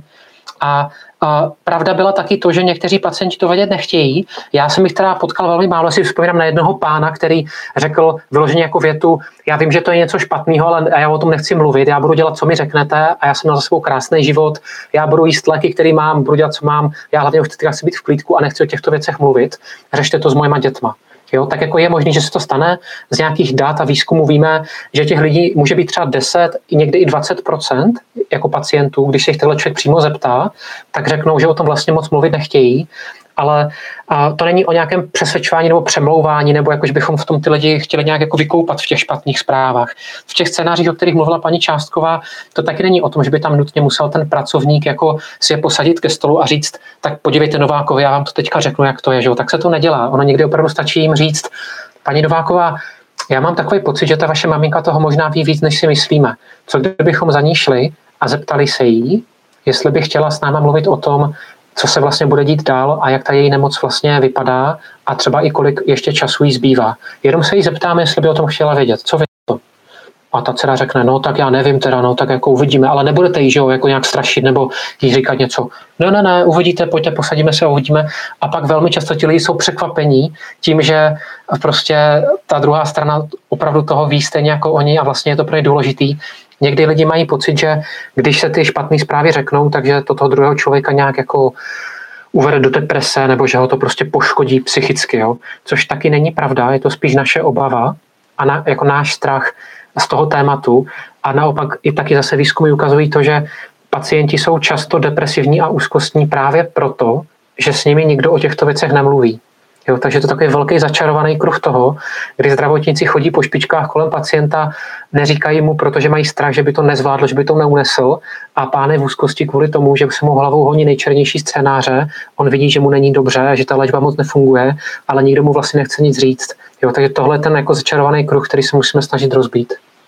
A pravda byla taky to, že někteří pacienti to vědět nechtějí. Já jsem jich teda potkal velmi málo, si vzpomínám na jednoho pána, který řekl vyloženě jako větu, já vím, že to je něco špatného, ale já o tom nechci mluvit, já budu dělat, co mi řeknete a já jsem měl za sebou krásný život, já budu jíst léky, který mám, budu dělat, co mám, já hlavně už chci být v klídku a nechci o těchto věcech mluvit, řešte to s mojima dětma. Jo, tak jako je možné, že se to stane. Z nějakých dat a výzkumu víme, že těch lidí může být třeba 10, někdy i 20% jako pacientů, když se jich tenhle člověk přímo zeptá, tak řeknou, že o tom vlastně moc mluvit nechtějí, ale to není o nějakém přesvědčování nebo přemlouvání, nebo jakož bychom v tom ty lidi chtěli nějak jako vykoupat v těch špatných zprávách. V těch scénářích, o kterých mluvila paní Částková, to taky není o tom, že by tam nutně musel ten pracovník jako si je posadit ke stolu a říct, tak podívejte Novákovi, já vám to teďka řeknu, jak to je, že jo? Tak se to nedělá. Ono někdy opravdu stačí jim říct, paní Nováková, já mám takový pocit, že ta vaše maminka toho možná ví víc, než si myslíme. Co kdybychom za ní šli a zeptali se jí, jestli by chtěla s náma mluvit o tom, co se vlastně bude dít dál a jak ta její nemoc vlastně vypadá a třeba i kolik ještě času jí zbývá. Jenom se jí zeptáme, jestli by o tom chtěla vědět. Co vy to? A ta dcera řekne, no tak já nevím teda, no tak jako uvidíme, ale nebudete jí, že jo, jako nějak strašit nebo jí říkat něco. Ne, uvidíte, pojďte, posadíme se a uvidíme. A pak velmi často ti lidi jsou překvapení tím, že prostě ta druhá strana opravdu toho ví stejně jako oni a vlastně je to pro ně důležitý. Někdy lidi mají pocit, že když se ty špatné zprávy řeknou, takže to toho druhého člověka nějak jako uvede do deprese nebo že ho to prostě poškodí psychicky, jo? Což taky není pravda, je to spíš naše obava a jako náš strach z toho tématu a naopak i taky zase výzkumy ukazují to, že pacienti jsou často depresivní a úzkostní právě proto, že s nimi nikdo o těchto věcech nemluví. Jo, takže to je takový velký začarovaný kruh toho, kdy zdravotníci chodí po špičkách kolem pacienta, neříkají mu, protože mají strach, že by to nezvládl, že by to neunesl a pán je v úzkosti kvůli tomu, že se mu hlavou honí nejčernější scénáře, on vidí, že mu není dobře, že ta léčba moc nefunguje, ale nikdo mu vlastně nechce nic říct. Jo, takže tohle je ten jako začarovaný kruh, který se musíme snažit rozbít.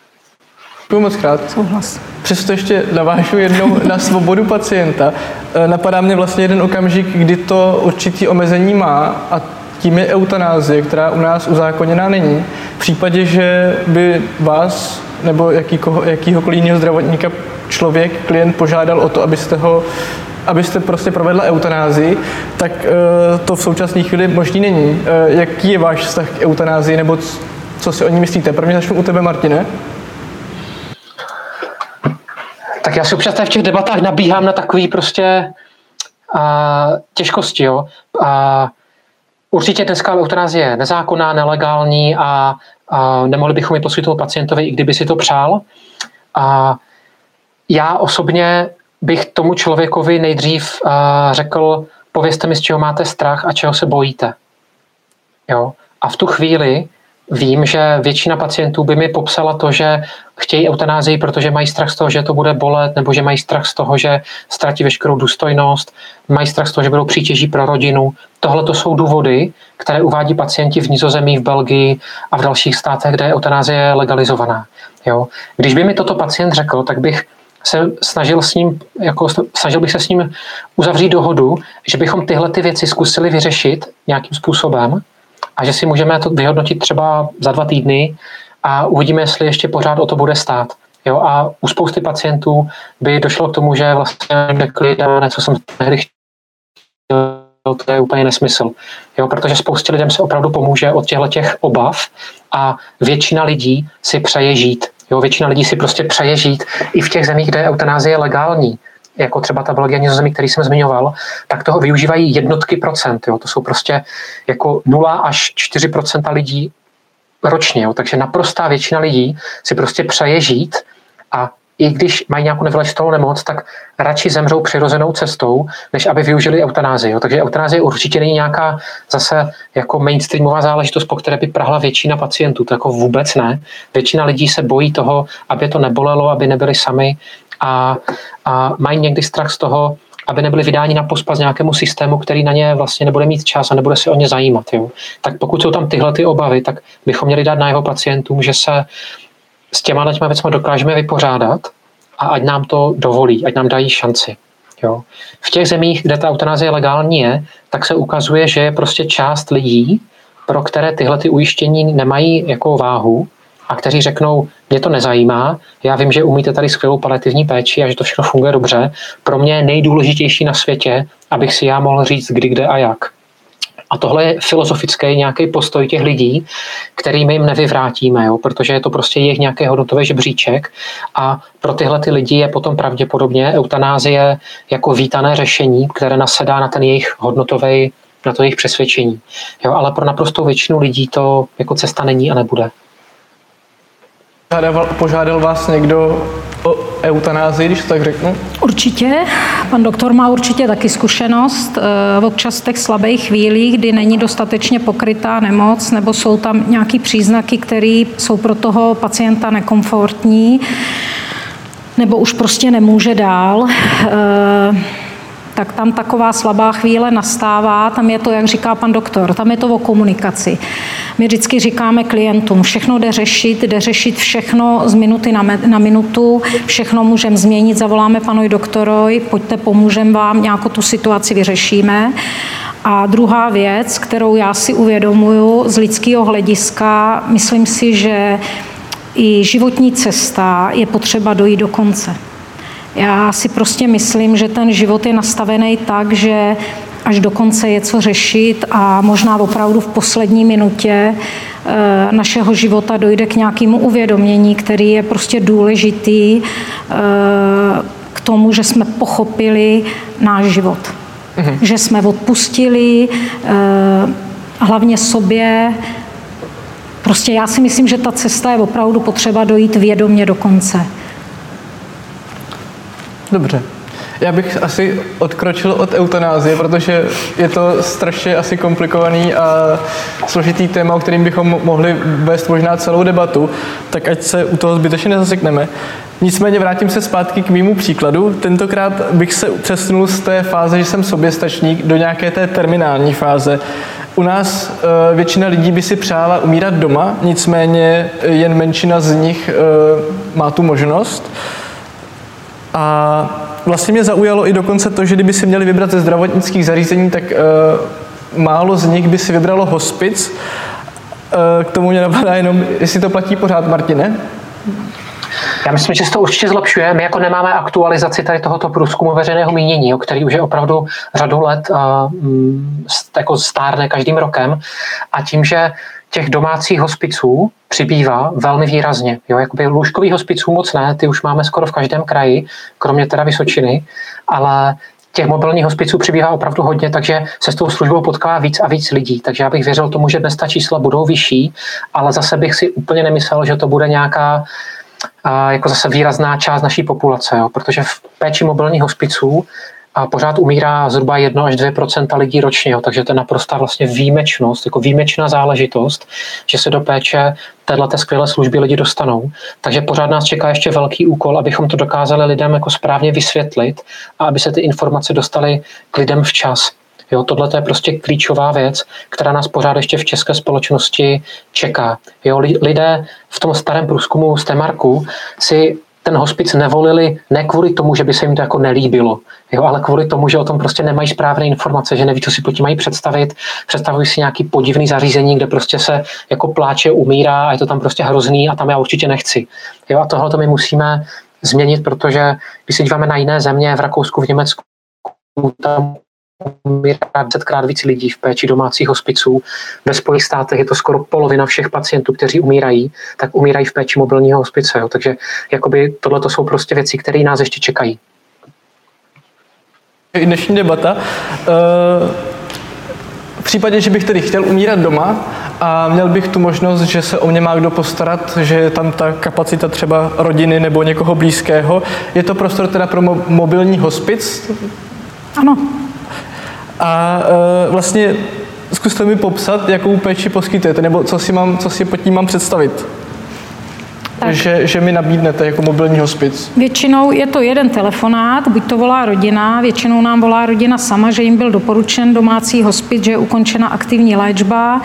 Děkuji moc krát. Souhlas. Přesto ještě navážu jednou na svobodu pacienta. Napadá mě vlastně jeden okamžik, kdy to určitý omezení má a tím je eutanázie, která u nás uzákoněná není. V případě, že by vás nebo jakýhokoliv jiného zdravotníka klient požádal o to, abyste prostě provedla eutanázii, tak to v současné chvíli možný není. Jaký je váš vztah k eutanázii, nebo co si o ní myslíte? Prvně začnu u tebe, Martine. Tak já si občas v těch debatách nabíhám na takový prostě těžkosti. Jo. Určitě dneska eutanázie je nezákonná, nelegální a nemohli bychom ji poskytnout pacientovi, i kdyby si to přál. Já osobně bych tomu člověkovi nejdřív řekl, povězte mi, z čeho máte strach a čeho se bojíte. Jo? A v tu chvíli vím, že většina pacientů by mi popsala to, že chtějí eutanázii, protože mají strach z toho, že to bude bolet, nebo že mají strach z toho, že ztratí veškerou důstojnost, mají strach z toho, že budou přítěží pro rodinu. Tohle to jsou důvody, které uvádí pacienti v Nizozemí, v Belgii a v dalších státech, kde eutanázie je legalizovaná. Jo? Když by mi toto pacient řekl, tak bych se snažil bych se s ním uzavřít dohodu, že bychom tyhle ty věci zkusili vyřešit nějakým způsobem a že si můžeme to vyhodnotit třeba za 2 týdny a uvidíme, jestli ještě pořád o to bude stát. Jo? A u spousty pacientů by došlo k tomu, že vlastně řekli, co jsem tehdy chtěl, to je úplně nesmysl. Jo? Protože spoustě lidem se opravdu pomůže od těch obav a většina lidí si přeje žít. Jo, většina lidí si prostě přeje žít i v těch zemích, kde eutanázie je legální, jako třeba ta Belgie a Nizozemí, který jsem zmiňoval, tak toho využívají jednotky procent. Jo. To jsou prostě jako 0 až 4% lidí ročně. Jo. Takže naprostá většina lidí si prostě přeje žít a i když mají nějakou nevylečitelnou nemoc, tak radši zemřou přirozenou cestou, než aby využili eutanázii. Jo. Takže eutanázie určitě není nějaká zase jako mainstreamová záležitost, po které by prahla většina pacientů. To jako vůbec ne. Většina lidí se bojí toho, aby to nebolelo, aby nebyli sami a mají někdy strach z toho, aby nebyli vydáni na pospas nějakému systému, který na ně vlastně nebude mít čas a nebude se o ně zajímat. Jo. Tak pokud jsou tam tyhle ty obavy, tak bychom měli dát najevo pacientům, že se s těma věcmi dokážeme vypořádat a ať nám to dovolí, ať nám dají šanci. Jo. V těch zemích, kde ta eutanázie legální je, tak se ukazuje, že je prostě část lidí, pro které tyhle ty ujištění nemají jako váhu a kteří řeknou, mě to nezajímá, já vím, že umíte tady skvělou paliativní péči a že to všechno funguje dobře, pro mě je nejdůležitější na světě, abych si já mohl říct, kdy, kde a jak. A tohle je filozofický nějaký postoj těch lidí, který my jim nevyvrátíme, jo? Protože je to prostě jejich nějaký hodnotový žebříček a pro tyhle ty lidi je potom pravděpodobně eutanázie jako vítané řešení, které nasedá na ten jejich hodnotový, na to jejich přesvědčení. Jo? Ale pro naprostou většinu lidí to jako cesta není a nebude. Požádal vás někdo o eutanázii, když to tak řeknu? Určitě. Pan doktor má určitě taky zkušenost občas v těch slabých chvílích, kdy není dostatečně pokrytá nemoc, nebo jsou tam nějaké příznaky, které jsou pro toho pacienta nekomfortní, nebo už prostě nemůže dál. Tak tam taková slabá chvíle nastává, tam je to, jak říká pan doktor, tam je to o komunikaci. My vždycky říkáme klientům, všechno jde řešit všechno z minuty na minutu, všechno můžeme změnit, zavoláme panu doktorovi, pojďte, pomůžeme vám, nějakou tu situaci vyřešíme. A druhá věc, kterou já si uvědomuju z lidského hlediska, myslím si, že i životní cesta je potřeba dojít do konce. Já si prostě myslím, že ten život je nastavený tak, že až do konce je co řešit a možná opravdu v poslední minutě našeho života dojde k nějakému uvědomění, který je prostě důležitý k tomu, že jsme pochopili náš život. Že jsme odpustili hlavně sobě. Prostě já si myslím, že ta cesta je opravdu potřeba dojít vědomě do konce. Dobře. Já bych asi odkročil od eutanázie, protože je to strašně asi komplikovaný a složitý téma, o kterým bychom mohli vést možná celou debatu, tak ať se u toho zbytečně nezasekneme. Nicméně vrátím se zpátky k mému příkladu. Tentokrát bych se přesunul z té fáze, že jsem soběstačník, do nějaké té terminální fáze. U nás většina lidí by si přála umírat doma, nicméně jen menšina z nich má tu možnost. A vlastně mě zaujalo i dokonce to, že kdyby si měli vybrat ze zdravotnických zařízení, tak málo z nich by si vybralo hospic. K tomu mě napadá jenom, jestli to platí pořád, Martine? Já myslím, že se to určitě zlepšuje. My jako nemáme aktualizaci tady tohoto průzkumu veřejného mínění, který už je opravdu řadu let jako stárne každým rokem. A tím, že těch domácích hospiců přibývá velmi výrazně. Jo, jakoby lůžkových hospiců moc ne, ty už máme skoro v každém kraji, kromě teda Vysočiny, ale těch mobilních hospiců přibývá opravdu hodně, takže se s tou službou potkává víc a víc lidí. Takže já bych věřil tomu, že dnes ta čísla budou vyšší, ale zase bych si úplně nemyslel, že to bude nějaká jako zase výrazná část naší populace, jo, protože v péči mobilních hospiců pořád umírá zhruba 1 až 2% lidí ročně, jo, takže to je naprostá vlastně výjimečnost, jako výjimečná záležitost, že se do péče téhleté skvělé služby lidi dostanou. Takže pořád nás čeká ještě velký úkol, abychom to dokázali lidem jako správně vysvětlit a aby se ty informace dostaly k lidem včas. Jo, tohle je prostě klíčová věc, která nás pořád ještě v české společnosti čeká. Jo, lidé v tom starém průzkumu z Temarku si ten hospic nevolili ne kvůli tomu, že by se jim to jako nelíbilo, jo, ale kvůli tomu, že o tom prostě nemají správné informace, že neví, co si pod tím mají představit, představují si nějaký podivný zařízení, kde prostě se jako pláče, umírá a je to tam prostě hrozný a tam já určitě nechci. Jo, a tohle to my musíme změnit, protože když se díváme na jiné země, v Rakousku, v Německu, tam umírá 10krát víc lidí v péči domácích hospiců. Ve Spojených státech je to skoro polovina všech pacientů, kteří umírají, tak umírají v péči mobilního hospice. Jo. Takže jakoby tohle jsou prostě věci, které nás ještě čekají. Dnešní debata. V případě, že bych tedy chtěl umírat doma a měl bych tu možnost, že se o mě má kdo postarat, že je tam ta kapacita třeba rodiny nebo někoho blízkého, je to prostor teda pro mobilní hospic? Ano. A vlastně zkuste mi popsat, jakou péči poskytujete, nebo co si pod tím mám představit. Že mi nabídnete jako mobilní hospic. Většinou je to jeden telefonát, buď to volá rodina, většinou nám volá rodina sama, že jim byl doporučen domácí hospic, že je ukončena aktivní léčba.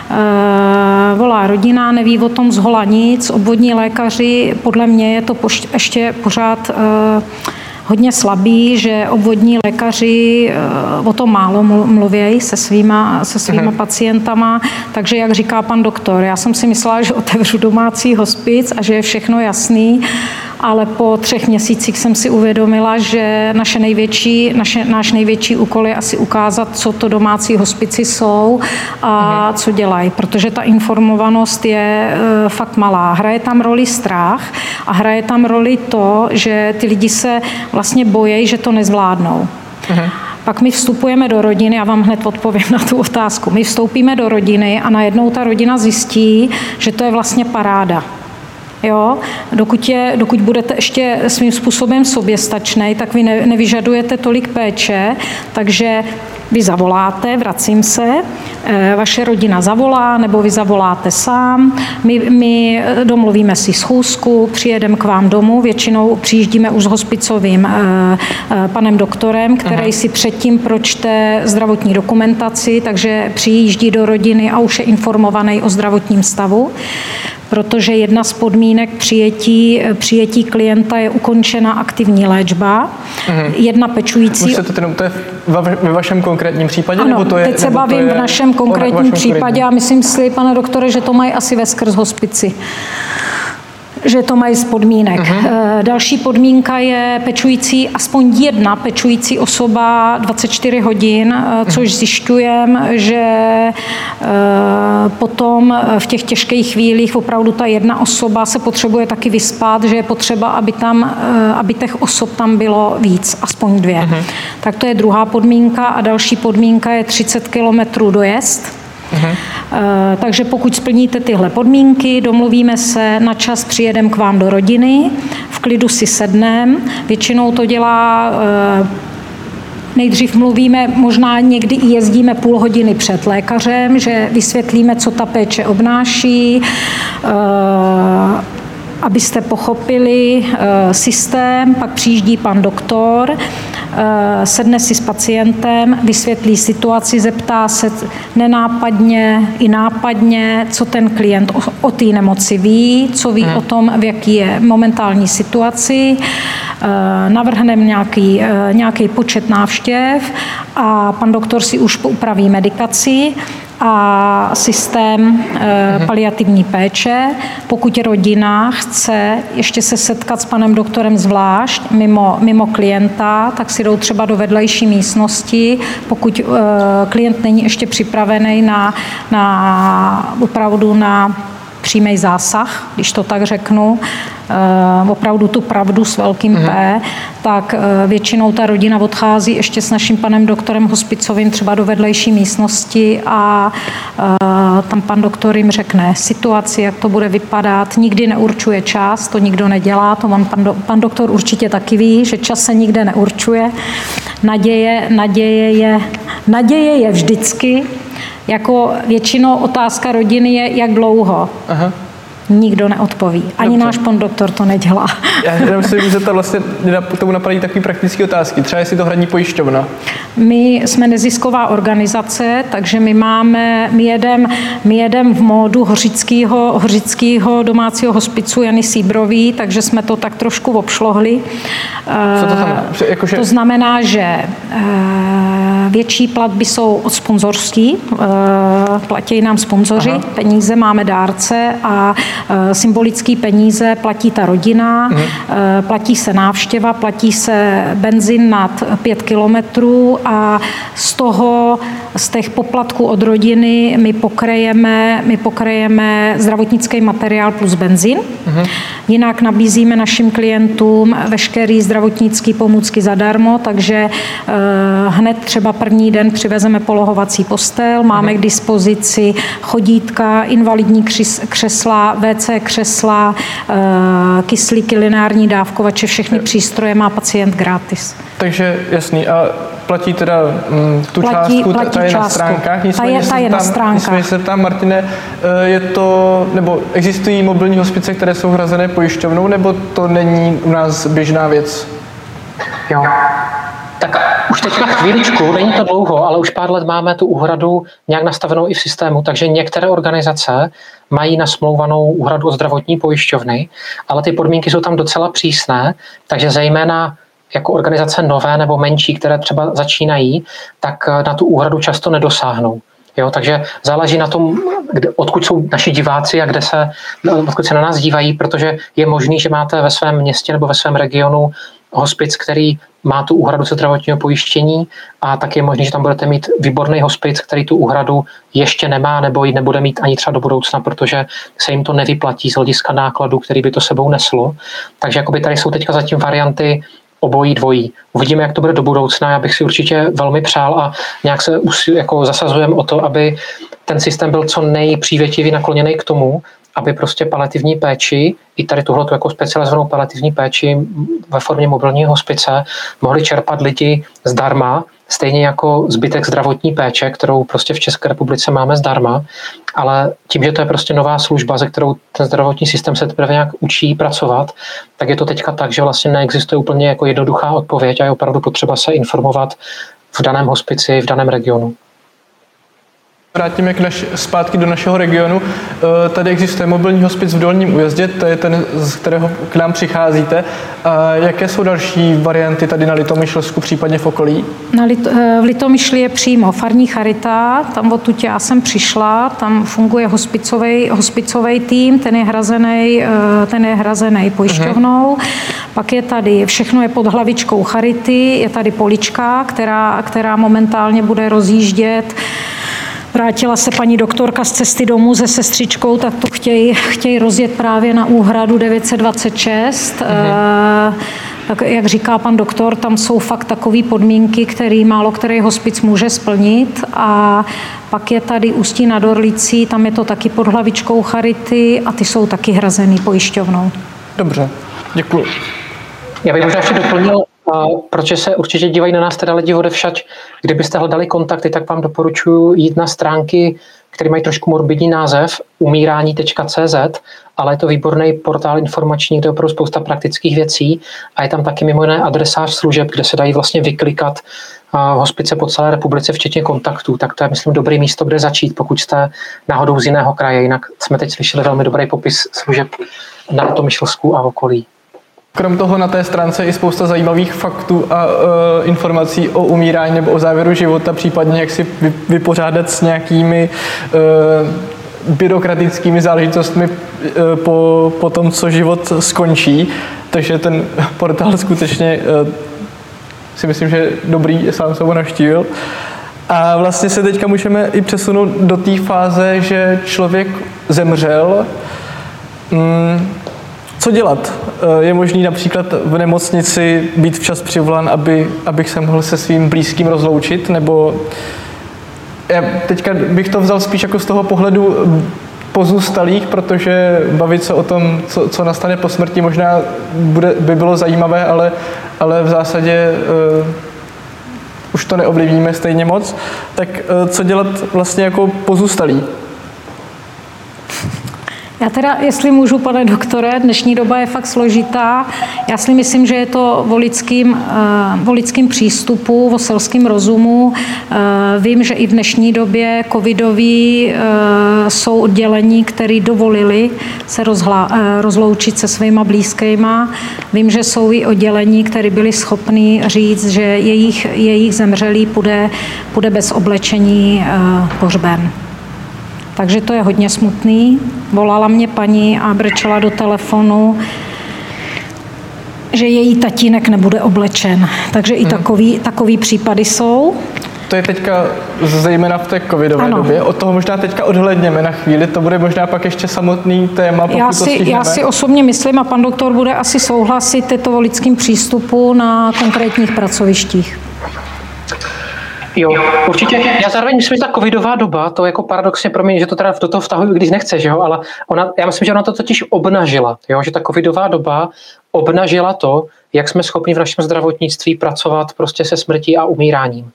Volá rodina, neví o tom zhola nic, obvodní lékaři, podle mě je to ještě pořád hodně slabý, že obvodní lékaři o tom málo mluvějí se svýma pacientama, takže jak říká pan doktor, já jsem si myslela, že otevřu domácí hospic a že je všechno jasný, ale po 3 měsících jsem si uvědomila, že náš největší úkol je asi ukázat, co to domácí hospici jsou a co dělají, protože ta informovanost je fakt malá. Hraje tam roli strach a hraje tam roli to, že ty lidi se vlastně bojí, že to nezvládnou. Pak my vstupujeme do rodiny, já vám hned odpovím na tu otázku. My vstoupíme do rodiny a najednou ta rodina zjistí, že to je vlastně paráda. Jo? Dokud budete ještě svým způsobem soběstačnej, tak vy nevyžadujete tolik péče, takže vy zavoláte, vracím se, vaše rodina zavolá, nebo vy zavoláte sám, my domluvíme si schůzku, přijedeme k vám domů, většinou přijíždíme už s hospicovým panem doktorem, který si předtím pročte zdravotní dokumentaci, takže přijíždí do rodiny a už je informovaný o zdravotním stavu, protože jedna z podmínek přijetí klienta je ukončena aktivní léčba. Jedna pečující... To je ve vašem konkrétním případě? Ano, nebo to je, teď se bavím v našem konkrétním případě a myslím si, pane doktore, že to mají asi veskrz hospici. Že to mají z podmínek. Další podmínka je aspoň jedna pečující osoba 24 hodin, což zjišťujeme, že potom v těch těžkých chvílích opravdu ta jedna osoba se potřebuje taky vyspat, že je potřeba, aby těch osob tam bylo víc, aspoň 2. Tak to je druhá podmínka a další podmínka je 30 kilometrů dojezd. Takže pokud splníte tyhle podmínky, domluvíme se, na čas přijedeme k vám do rodiny, v klidu si sedneme, většinou to dělá, nejdřív mluvíme, možná někdy i jezdíme půl hodiny před lékařem, že vysvětlíme, co ta péče obnáší, abyste pochopili systém, pak přijíždí pan doktor, sedne si s pacientem, vysvětlí situaci, zeptá se nenápadně i nápadně, co ten klient o té nemoci ví, co ví o tom, v jaký je momentální situaci, navrhneme nějaký počet návštěv a pan doktor si už upraví medikaci a systém paliativní péče. Pokud rodina chce ještě se setkat s panem doktorem zvlášť, mimo klienta, tak si jdou třeba do vedlejší místnosti, pokud klient není ještě připravený opravdu na přímý zásah, když to tak řeknu, opravdu tu pravdu s velkým P, tak většinou ta rodina odchází ještě s naším panem doktorem hospicovým třeba do vedlejší místnosti a tam pan doktor jim řekne situaci, jak to bude vypadat. Nikdy neurčuje čas, to nikdo nedělá, to pan doktor určitě taky ví, že čas se nikde neurčuje. Naděje je vždycky, jako většinou otázka rodiny je, jak dlouho. Aha. Nikdo neodpoví. Ani náš pan doktor to nedělá. Já jenom se můžu zeptat, vlastně tomu napadají takové praktické otázky. Třeba jestli to hradí pojišťovna. My jsme nezisková organizace, takže my jedeme v módu hořického domácího hospicu Jany Síbrový, takže jsme to tak trošku obšlohli. Co to znamená? To znamená, že větší platby jsou sponzorský, platí nám sponzoři, peníze máme dárce a symbolické peníze platí ta rodina, platí se návštěva, platí se benzín nad 5 kilometrů a z těch poplatků od rodiny my pokrajeme zdravotnický materiál plus benzín. Jinak nabízíme našim klientům veškerý zdravotnické pomůcky zadarmo, takže hned třeba první den přivezeme polohovací postel, máme k dispozici chodítka, invalidní křesla, WC křesla, kyslíky, lineární dávkovače, všechny přístroje má pacient gratis. Takže jasný. A platí teda tu částku, ta je na stránkách. Ta je na stránkách. Nicméně se ptám, Martine, nebo existují mobilní hospice, které jsou hrazené pojišťovnou, nebo to není u nás běžná věc? Jo. Tak už teďka chvíličku, není to dlouho, ale už pár let máme tu úhradu nějak nastavenou i v systému, takže některé organizace mají nasmlouvanou úhradu od zdravotní pojišťovny, ale ty podmínky jsou tam docela přísné, takže zejména jako organizace nové nebo menší, které třeba začínají, tak na tu úhradu často nedosáhnou. Jo, takže záleží na tom, odkud jsou naši diváci a odkud se na nás dívají, protože je možný, že máte ve svém městě nebo ve svém regionu hospic, který má tu úhradu ze zdravotního pojištění a tak je možné, že tam budete mít výborný hospic, který tu úhradu ještě nemá nebo ji nebude mít ani třeba do budoucna, protože se jim to nevyplatí z hlediska nákladů, který by to sebou neslo. Takže jakoby tady jsou teďka zatím varianty obojí dvojí. Uvidíme, jak to bude do budoucna. Já bych si určitě velmi přál a nějak se jako zasazujeme o to, aby ten systém byl co nejpřívětivě nakloněný k tomu, aby prostě paliativní péči, i tady tuhletu jako specializovanou paliativní péči ve formě mobilního hospice mohli čerpat lidi zdarma, stejně jako zbytek zdravotní péče, kterou prostě v České republice máme zdarma, ale tím, že to je prostě nová služba, ze kterou ten zdravotní systém se teprve nějak učí pracovat, tak je to teďka tak, že vlastně neexistuje úplně jako jednoduchá odpověď a je opravdu potřeba se informovat v daném hospici, v daném regionu. Vrátíme zpátky do našeho regionu. Tady existuje mobilní hospic v Dolním Újezdě, to je ten, z kterého k nám přicházíte. A jaké jsou další varianty tady na Litomyšlsku, případně v okolí? V Litomyšli je přímo farní charita, tam odtud já jsem přišla, tam funguje hospicový tým, ten je hrazený pojišťovnou. Pak je tady, všechno je pod hlavičkou charity, je tady polička, která momentálně bude rozjíždět. Vrátila se paní doktorka z cesty domů se sestřičkou, tak to chtějí rozjet právě na úhradu 926. Tak, jak říká pan doktor, tam jsou fakt takové podmínky, které málo který hospic může splnit. A pak je tady Ústí nad Orlicí, tam je to taky pod hlavičkou charity a ty jsou taky hrazený pojišťovnou. Dobře, děkuji. Já bych možná ještě doplnil, protože se určitě dívají na nás teda lidi odevšať. Kdybyste hledali kontakty, tak vám doporučuji jít na stránky, které mají trošku morbidní název umírání.cz, ale je to výborný portál informační, kde je opravdu spousta praktických věcí a je tam taky mimo jiné adresář služeb, kde se dají vlastně vyklikat hospice po celé republice, včetně kontaktů. Tak to je, myslím, dobré místo, kde začít, pokud jste náhodou z jiného kraje. Jinak jsme teď slyšeli velmi dobrý popis služeb na Litomyšlsku a okolí. Krom toho na té stránce i spousta zajímavých faktů a informací o umírání nebo o závěru života, případně jak si vypořádat s nějakými byrokratickými záležitostmi po tom, co život skončí. Takže ten portál skutečně si myslím, že je dobrý, sám jsem ho navštívil. A vlastně se teďka můžeme i přesunout do té fáze, že člověk zemřel. Co dělat? Je možný například v nemocnici být včas přivolán, abych se mohl se svým blízkým rozloučit, nebo já teďka bych to vzal spíš jako z toho pohledu pozůstalých, protože bavit se o tom, co nastane po smrti, možná by bylo zajímavé, ale v zásadě už to neovlivníme stejně moc. Tak co dělat vlastně jako pozůstalí? Já teda, jestli můžu, pane doktore, dnešní doba je fakt složitá. Já si myslím, že je to o lidským přístupu, o selském rozumu. Vím, že i v dnešní době covidoví jsou oddělení, které dovolili se rozloučit se svýma blízkýma. Vím, že jsou i oddělení, které byli schopní říct, že jejich zemřelý půjde bez oblečení pohřben. Takže to je hodně smutný. Volala mě paní a brečela do telefonu, že její tatínek nebude oblečen. Takže i takový případy jsou. To je teďka zejména v té covidové době. Od toho možná teďka odhlédněme na chvíli. To bude možná pak ještě samotný téma, pokud to stihneme. Já si osobně myslím, a pan doktor bude asi souhlasit, je to o lidském přístupu na konkrétních pracovištích. Jo, určitě. Já zároveň myslím, že ta covidová doba, to jako paradoxně pro mě, že to teda do toho vtahuji, když nechceš, jo, ale já myslím, že ona to totiž obnažila, jo, že ta covidová doba obnažila to, jak jsme schopni v našem zdravotnictví pracovat prostě se smrtí a umíráním.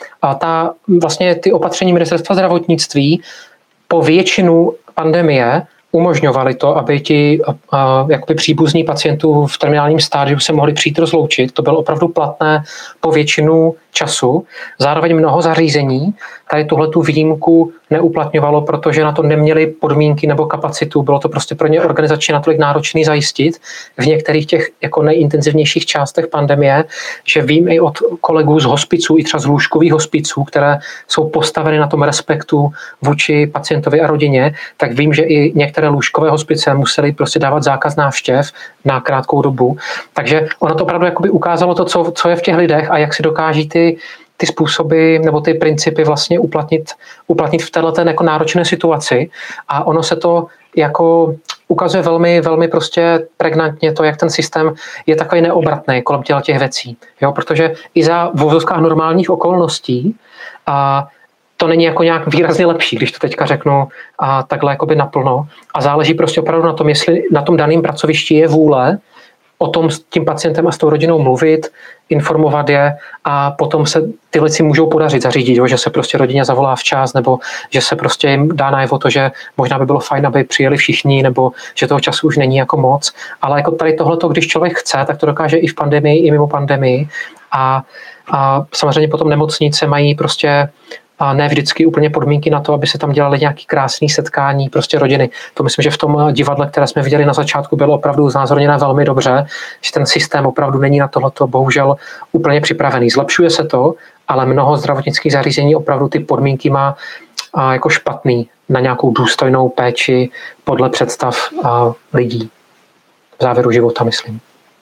A vlastně ty opatření ministerstva zdravotnictví po většinu pandemie umožňovali to, aby ti jakoby příbuzní pacientů v terminálním stádiu se mohli přijít rozloučit. To bylo opravdu platné po většinu času. Zároveň mnoho zařízení tady tuhletu výjimku neuplatňovalo, protože na to neměli podmínky nebo kapacitu. Bylo to prostě pro ně organizačně natolik náročný zajistit v některých těch jako nejintenzivnějších částech pandemie, že vím i od kolegů z hospiců, i třeba z lůžkových hospiců, které jsou postaveny na tom respektu vůči pacientovi a rodině, tak vím, že i některé lůžkové hospice museli prostě dávat zákaz návštěv na krátkou dobu. Takže ono to opravdu jakoby ukázalo to, co je v těch lidech a jak si dokáží ty způsoby nebo ty principy vlastně uplatnit v této jako náročné situaci. A ono se to jako ukazuje velmi, velmi prostě pregnantně to, jak ten systém je takový neobratný kolem těch věcí. Jo? Protože i za v uvozovkách normálních okolností a to není jako nějak výrazně lepší, když to teďka řeknu a takhle jakoby naplno. A záleží prostě opravdu na tom, jestli na tom daném pracovišti je vůle o tom s tím pacientem a s tou rodinou mluvit, informovat je a potom se ty věci můžou podařit zařídit, že se prostě rodině zavolá včas nebo že se prostě jim dá najevo to, že možná by bylo fajn, aby přijeli všichni nebo že toho času už není jako moc. Ale jako tady tohleto, když člověk chce, tak to dokáže i v pandemii, i mimo pandemii a samozřejmě potom nemocnice mají prostě a ne vždycky úplně podmínky na to, aby se tam dělali nějaké krásné setkání prostě rodiny. To myslím, že v tom divadle, které jsme viděli na začátku, bylo opravdu znázorněné velmi dobře, že ten systém opravdu není na tohleto bohužel úplně připravený. Zlepšuje se to, ale mnoho zdravotnických zařízení opravdu ty podmínky má jako špatný na nějakou důstojnou péči podle představ lidí v závěru života, myslím.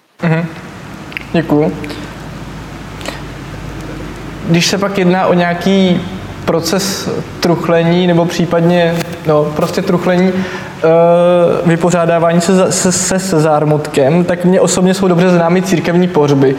Děkuju. Když se pak jedná o nějaký proces truchlení nebo případně prostě truchlení, vypořádávání se zármutkem, tak mně osobně jsou dobře známy církevní pohřby.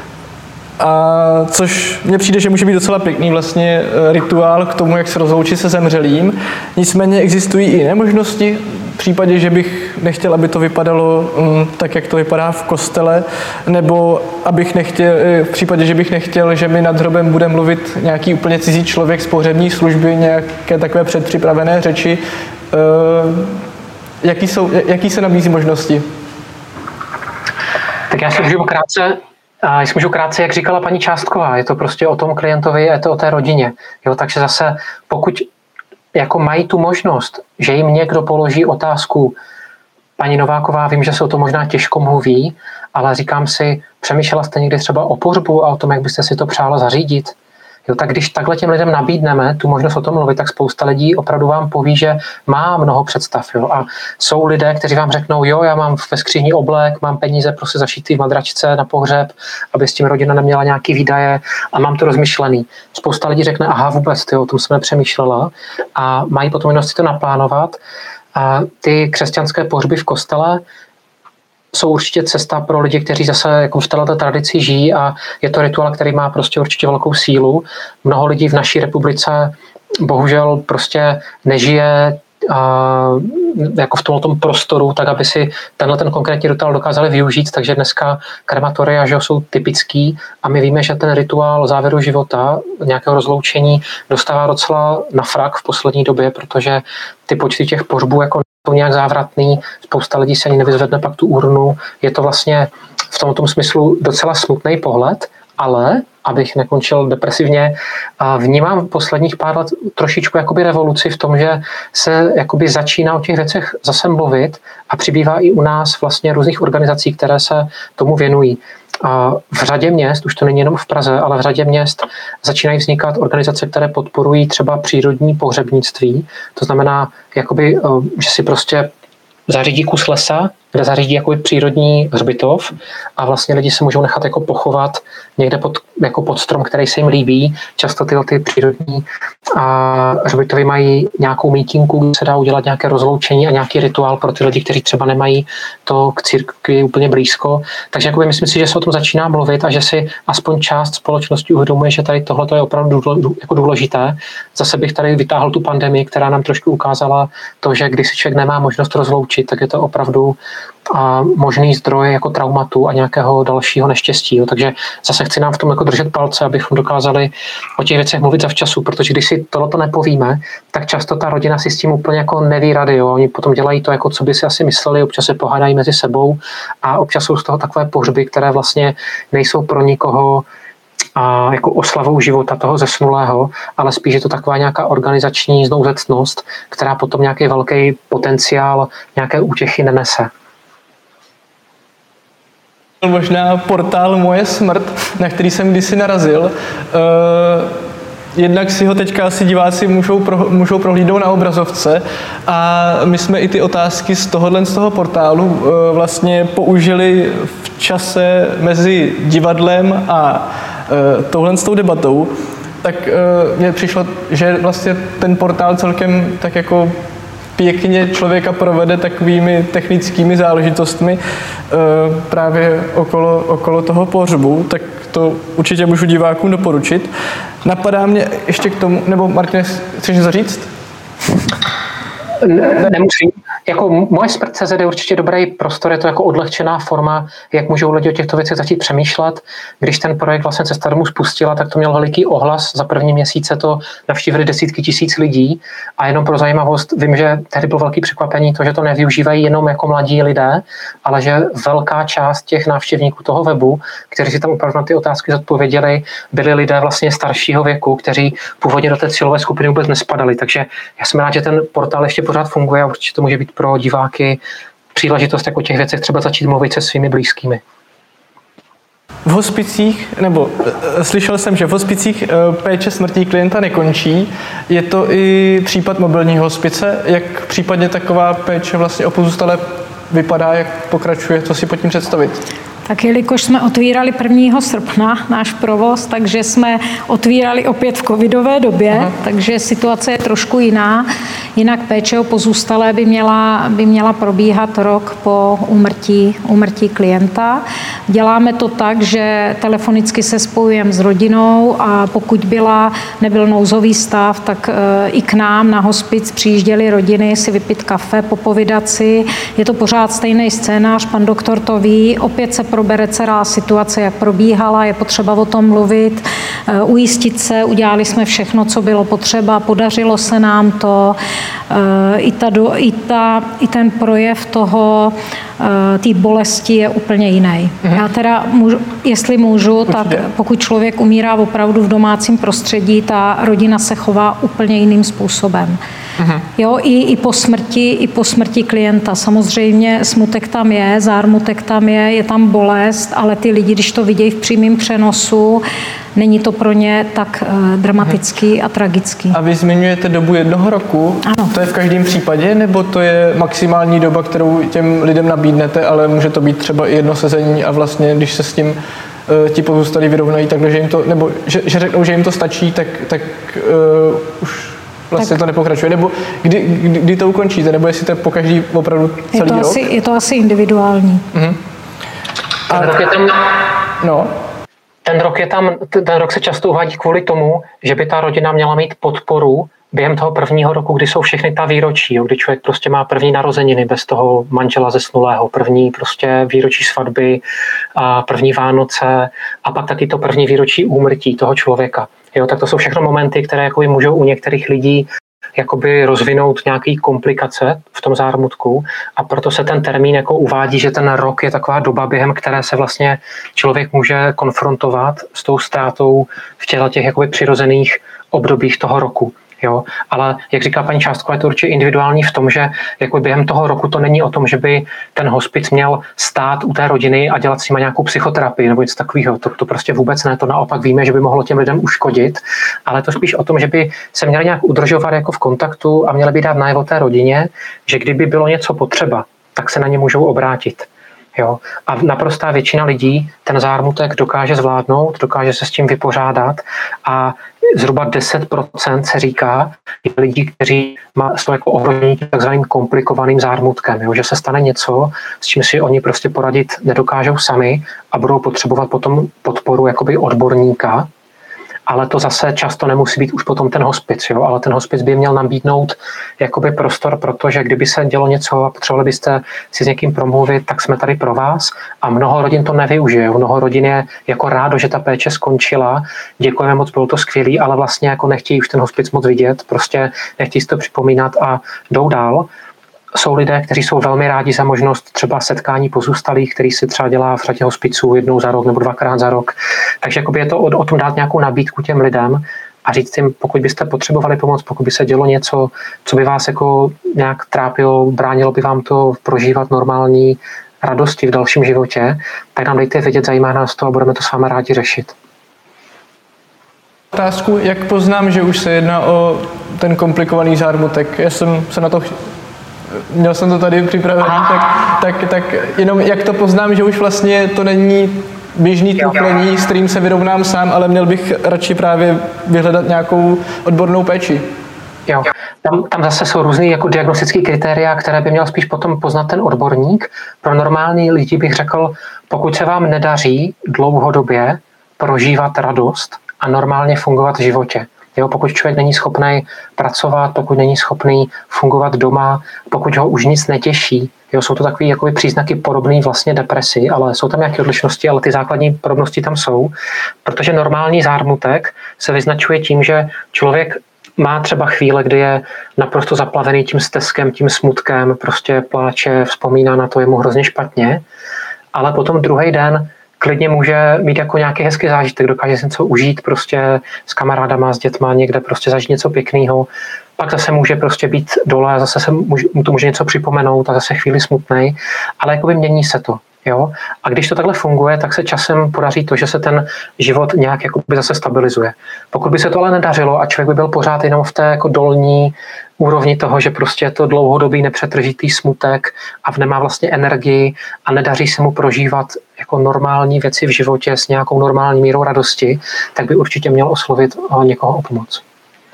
Což mně přijde, že může být docela pěkný vlastně rituál k tomu, jak se rozloučit se zemřelým. Nicméně existují i jiné možnosti. V případě, že bych nechtěl, aby to vypadalo tak, jak to vypadá v kostele, nebo v případě, že bych nechtěl, že mi nad hrobem bude mluvit nějaký úplně cizí člověk z pohřební služby, nějaké takové předpřipravené řeči. Jaký se nabízí možnosti? Tak já si můžu krátce, jak říkala paní Částková, je to prostě o tom klientovi a je to o té rodině. Jo, takže zase, pokud jako mají tu možnost, že jim někdo položí otázku, paní Nováková, vím, že se o to možná těžko mluví, ale říkám si, přemýšlela jste někdy třeba o pohřbu a o tom, jak byste si to přála zařídit? Jo, tak když takhle těm lidem nabídneme tu možnost o tom mluvit, tak spousta lidí opravdu vám poví, že má mnoho představ. Jo? A jsou lidé, kteří vám řeknou, jo, já mám ve skříni oblek, mám peníze prostě zašitý v madračce na pohřeb, aby s tím rodina neměla nějaký výdaje a mám to rozmyšlený. Spousta lidí řekne, aha, vůbec, o tom jsem nepřemýšlela a mají potom možnost si to naplánovat. A ty křesťanské pohřby v kostele jsou určitě cesta pro lidi, kteří zase jako v této tradici žijí a je to rituál, který má prostě určitě velkou sílu. Mnoho lidí v naší republice bohužel prostě nežije jako v tom prostoru, tak aby si ten konkrétní rituál dokázali využít, takže dneska krematoria, že jsou typický a my víme, že ten rituál závěru života, nějakého rozloučení dostává docela na frak v poslední době, protože ty počty těch pohřbů jako jsou nějak závratný, spousta lidí se ani nevyzvedne pak tu urnu, je to vlastně v tomto smyslu docela smutný pohled, ale abych nekončil depresivně, vnímám posledních pár let trošičku jakoby revoluci v tom, že se jakoby začíná o těch věcech zase mluvit a přibývá i u nás vlastně různých organizací, které se tomu věnují. A v řadě měst, už to není jenom v Praze, ale v řadě měst začínají vznikat organizace, které podporují třeba přírodní pohřebnictví. To znamená, jakoby, že si prostě zařídí kus lesa, kde zařídí jakoby přírodní hřbitov a vlastně lidi se můžou nechat jako pochovat někde pod strom, který se jim líbí. Často ty přírodní hřbitovy mají nějakou mítinku, kde se dá udělat nějaké rozloučení a nějaký rituál pro ty lidi, kteří třeba nemají to k církvi úplně blízko. Takže jakoby myslím si, že se o tom začíná mluvit a že si aspoň část společnosti uvědomuje, že tady tohle je opravdu jako důležité. Zase bych tady vytáhl tu pandemii, která nám trošku ukázala to, že když si člověk nemá možnost rozloučit, tak je to opravdu možný zdroj jako traumatu a nějakého dalšího neštěstí. Jo. Takže zase chci nám v tom jako držet palce, abychom dokázali o těch věcech mluvit zavčasu, protože když si tohleto nepovíme, tak často ta rodina si s tím úplně jako neví rady. Jo. Oni potom dělají to, jako co by si asi mysleli, občas se pohádají mezi sebou a občas jsou z toho takové pohřby, které vlastně nejsou pro nikoho a jako oslavou života toho zesnulého, ale spíš je to taková nějaká organizační znouzectnost, která potom nějaký velký potenciál nějaké útěchy nenese. Možná portál Moje smrt, na který jsem kdysi narazil. Jednak si ho teďka asi diváci můžou prohlídnout na obrazovce a my jsme i ty otázky z toho portálu vlastně použili v čase mezi divadlem a touhle s tou debatou. Tak mně přišlo, že vlastně ten portál celkem tak jako pěkně člověka provede takovými technickými záležitostmi právě okolo toho pohřbu, tak to určitě můžu divákům doporučit. Napadá mě ještě k tomu, nebo Martine, chceš něco říct? Nemusím. Jako Moje smrt.cz je určitě dobrý prostor, je to jako odlehčená forma, jak můžou lidi o těchto věcech začít přemýšlet. Když ten projekt vlastně Cesta domů spustila, tak to měl veliký ohlas. Za první měsíce to navštívili desítky tisíc lidí a jenom pro zajímavost vím, že tehdy bylo velké překvapení to, že to nevyužívají jenom jako mladí lidé, ale že velká část těch návštěvníků toho webu, kteří si tam opravdu na ty otázky zodpověděli, byli lidé vlastně staršího věku, kteří původně do té cílové skupiny vůbec nespadali. Takže já jsem rád, že ten portál ještě pořád funguje a určitě to může být pro diváky příležitost jako o těch věcech třeba začít mluvit se svými blízkými. V hospicích, nebo slyšel jsem, že v hospicích péče smrtí klienta nekončí. Je to i případ mobilní hospice. Jak případně taková péče vlastně o pozůstalé vypadá, jak pokračuje, co si pod tím představit? Tak jelikož jsme otvírali 1. srpna náš provoz, takže jsme otvírali opět v covidové době, takže situace je trošku jiná. Jinak péče o pozůstalé by měla probíhat rok po úmrtí klienta. Děláme to tak, že telefonicky se spojujeme s rodinou a pokud nebyl nouzový stav, tak i k nám na hospic přijížděly rodiny si vypít kafe, popovídat si. Je to pořád stejný scénář, pan doktor to ví, opět se probere celá situace, jak probíhala, je potřeba o tom mluvit, ujistit se, udělali jsme všechno, co bylo potřeba, podařilo se nám to i ten projev toho, té bolesti je úplně jiný. Já teda, jestli můžu, tak pokud člověk umírá opravdu v domácím prostředí, ta rodina se chová úplně jiným způsobem. Jo, i po smrti klienta. Samozřejmě smutek tam je, zármutek tam je tam bolest, ale ty lidi, když to vidějí v přímém přenosu, není to pro ně tak dramatický a tragický. A vy zmiňujete dobu 1 roku? Ano. To je v každém případě, nebo to je maximální doba, kterou těm lidem nabídnete, ale může to být třeba i jedno sezení a vlastně, když se s tím ti pozůstalí vyrovnají, takhle, že jim to, nebo že řeknou, že jim to stačí, tak už vlastně to nepokračuje, nebo kdy to ukončíte, nebo jestli to je po každý opravdu celý rok? Je to asi individuální. Ten rok je tam... No. Ten rok se často uvádí kvůli tomu, že by ta rodina měla mít podporu během toho prvního roku, kdy jsou všechny ta výročí, kdy člověk prostě má první narozeniny bez toho manžela zesnulého, první prostě výročí svatby, a první Vánoce a pak taky to první výročí úmrtí toho člověka. Jo, tak to jsou všechno momenty, které jakoby můžou u některých lidí jakoby rozvinout nějaké komplikace v tom zármutku a proto se ten termín jako uvádí, že ten rok je taková doba, během které se vlastně člověk může konfrontovat s tou ztrátou v těch jakoby přirozených obdobích toho roku. Jo, ale jak říká paní Částková, je to určitě individuální v tom, že jako během toho roku to není o tom, že by ten hospic měl stát u té rodiny a dělat s nima nějakou psychoterapii nebo něco takového. To prostě vůbec ne, to naopak víme, že by mohlo těm lidem uškodit, ale to spíš o tom, že by se měli nějak udržovat jako v kontaktu a měli by dát najevo té rodině, že kdyby bylo něco potřeba, tak se na ně můžou obrátit. Jo? A naprostá většina lidí ten zármutek dokáže zvládnout, dokáže se s tím vypořádat a zhruba 10% se říká lidí, kteří jsou jako ohrožení takzvaným komplikovaným zármutkem, jo? Že se stane něco, s čím si oni prostě poradit nedokážou sami a budou potřebovat potom podporu jakoby odborníka, ale to zase často nemusí být už potom ten hospic, jo? Ale ten hospic by měl nabídnout jakoby prostor, protože kdyby se dělo něco a potřebovali byste si s někým promluvit, tak jsme tady pro vás a mnoho rodin to nevyužije. Mnoho rodin je jako rádo, že ta péče skončila, děkujeme moc, bylo to skvělý, ale vlastně jako nechtějí už ten hospic moc vidět, prostě nechtějí si to připomínat a jdou dál. Jsou lidé, kteří jsou velmi rádi za možnost třeba setkání pozůstalých, který si třeba dělá v řadě hospiců 1 za rok nebo 2krát za rok. Takže jakoby je to o tom dát nějakou nabídku těm lidem a říct jim, pokud byste potřebovali pomoc, pokud by se dělo něco, co by vás jako nějak trápilo, bránilo by vám to prožívat normální radosti v dalším životě, tak nám dejte vědět, zajímá nás to a budeme to s vámi rádi řešit. Otázku, jak poznám, že už se jedná o ten komplikovaný zármutek. Já jsem se na to měl jsem to tady připravený, tak jenom jak to poznám, že už vlastně to není běžný truchlení, s kterým se vyrovnám sám, ale měl bych radši právě vyhledat nějakou odbornou péči. Jo, tam zase jsou různý jako diagnostické kritéria, které by měl spíš potom poznat ten odborník. Pro normální lidi bych řekl, pokud se vám nedaří dlouhodobě prožívat radost a normálně fungovat v životě, jo, pokud člověk není schopný pracovat, pokud není schopný fungovat doma, pokud ho už nic netěší, jo, jsou to takové jakoby příznaky podobné vlastně depresi, ale jsou tam nějaké odlišnosti, ale ty základní podobnosti tam jsou, protože normální zármutek se vyznačuje tím, že člověk má třeba chvíle, kdy je naprosto zaplavený tím steskem, tím smutkem, prostě pláče, vzpomíná na to, je mu hrozně špatně, ale potom druhý den klidně může mít jako nějaký hezký zážitek, dokáže si něco užít prostě s kamarádama, s dětma, někde prostě zažít něco pěkného. Pak zase může prostě být dole, zase mu to může něco připomenout a zase chvíli smutnej, ale jakoby mění se to. Jo? A když to takhle funguje, tak se časem podaří to, že se ten život nějak jakoby zase stabilizuje. Pokud by se to ale nedařilo a člověk by byl pořád jenom v té jako dolní úrovni toho, že prostě je to dlouhodobý nepřetržitý smutek a nemá vlastně energii a nedaří se mu prožívat jako normální věci v životě s nějakou normální mírou radosti, tak by určitě měl oslovit někoho o pomoc.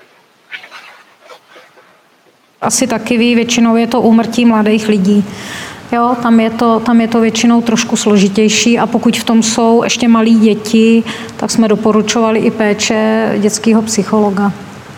Asi taky ví, většinou je to úmrtí mladých lidí. Jo, tam je to většinou trošku složitější a pokud v tom jsou ještě malí děti, tak jsme doporučovali i péče dětského psychologa.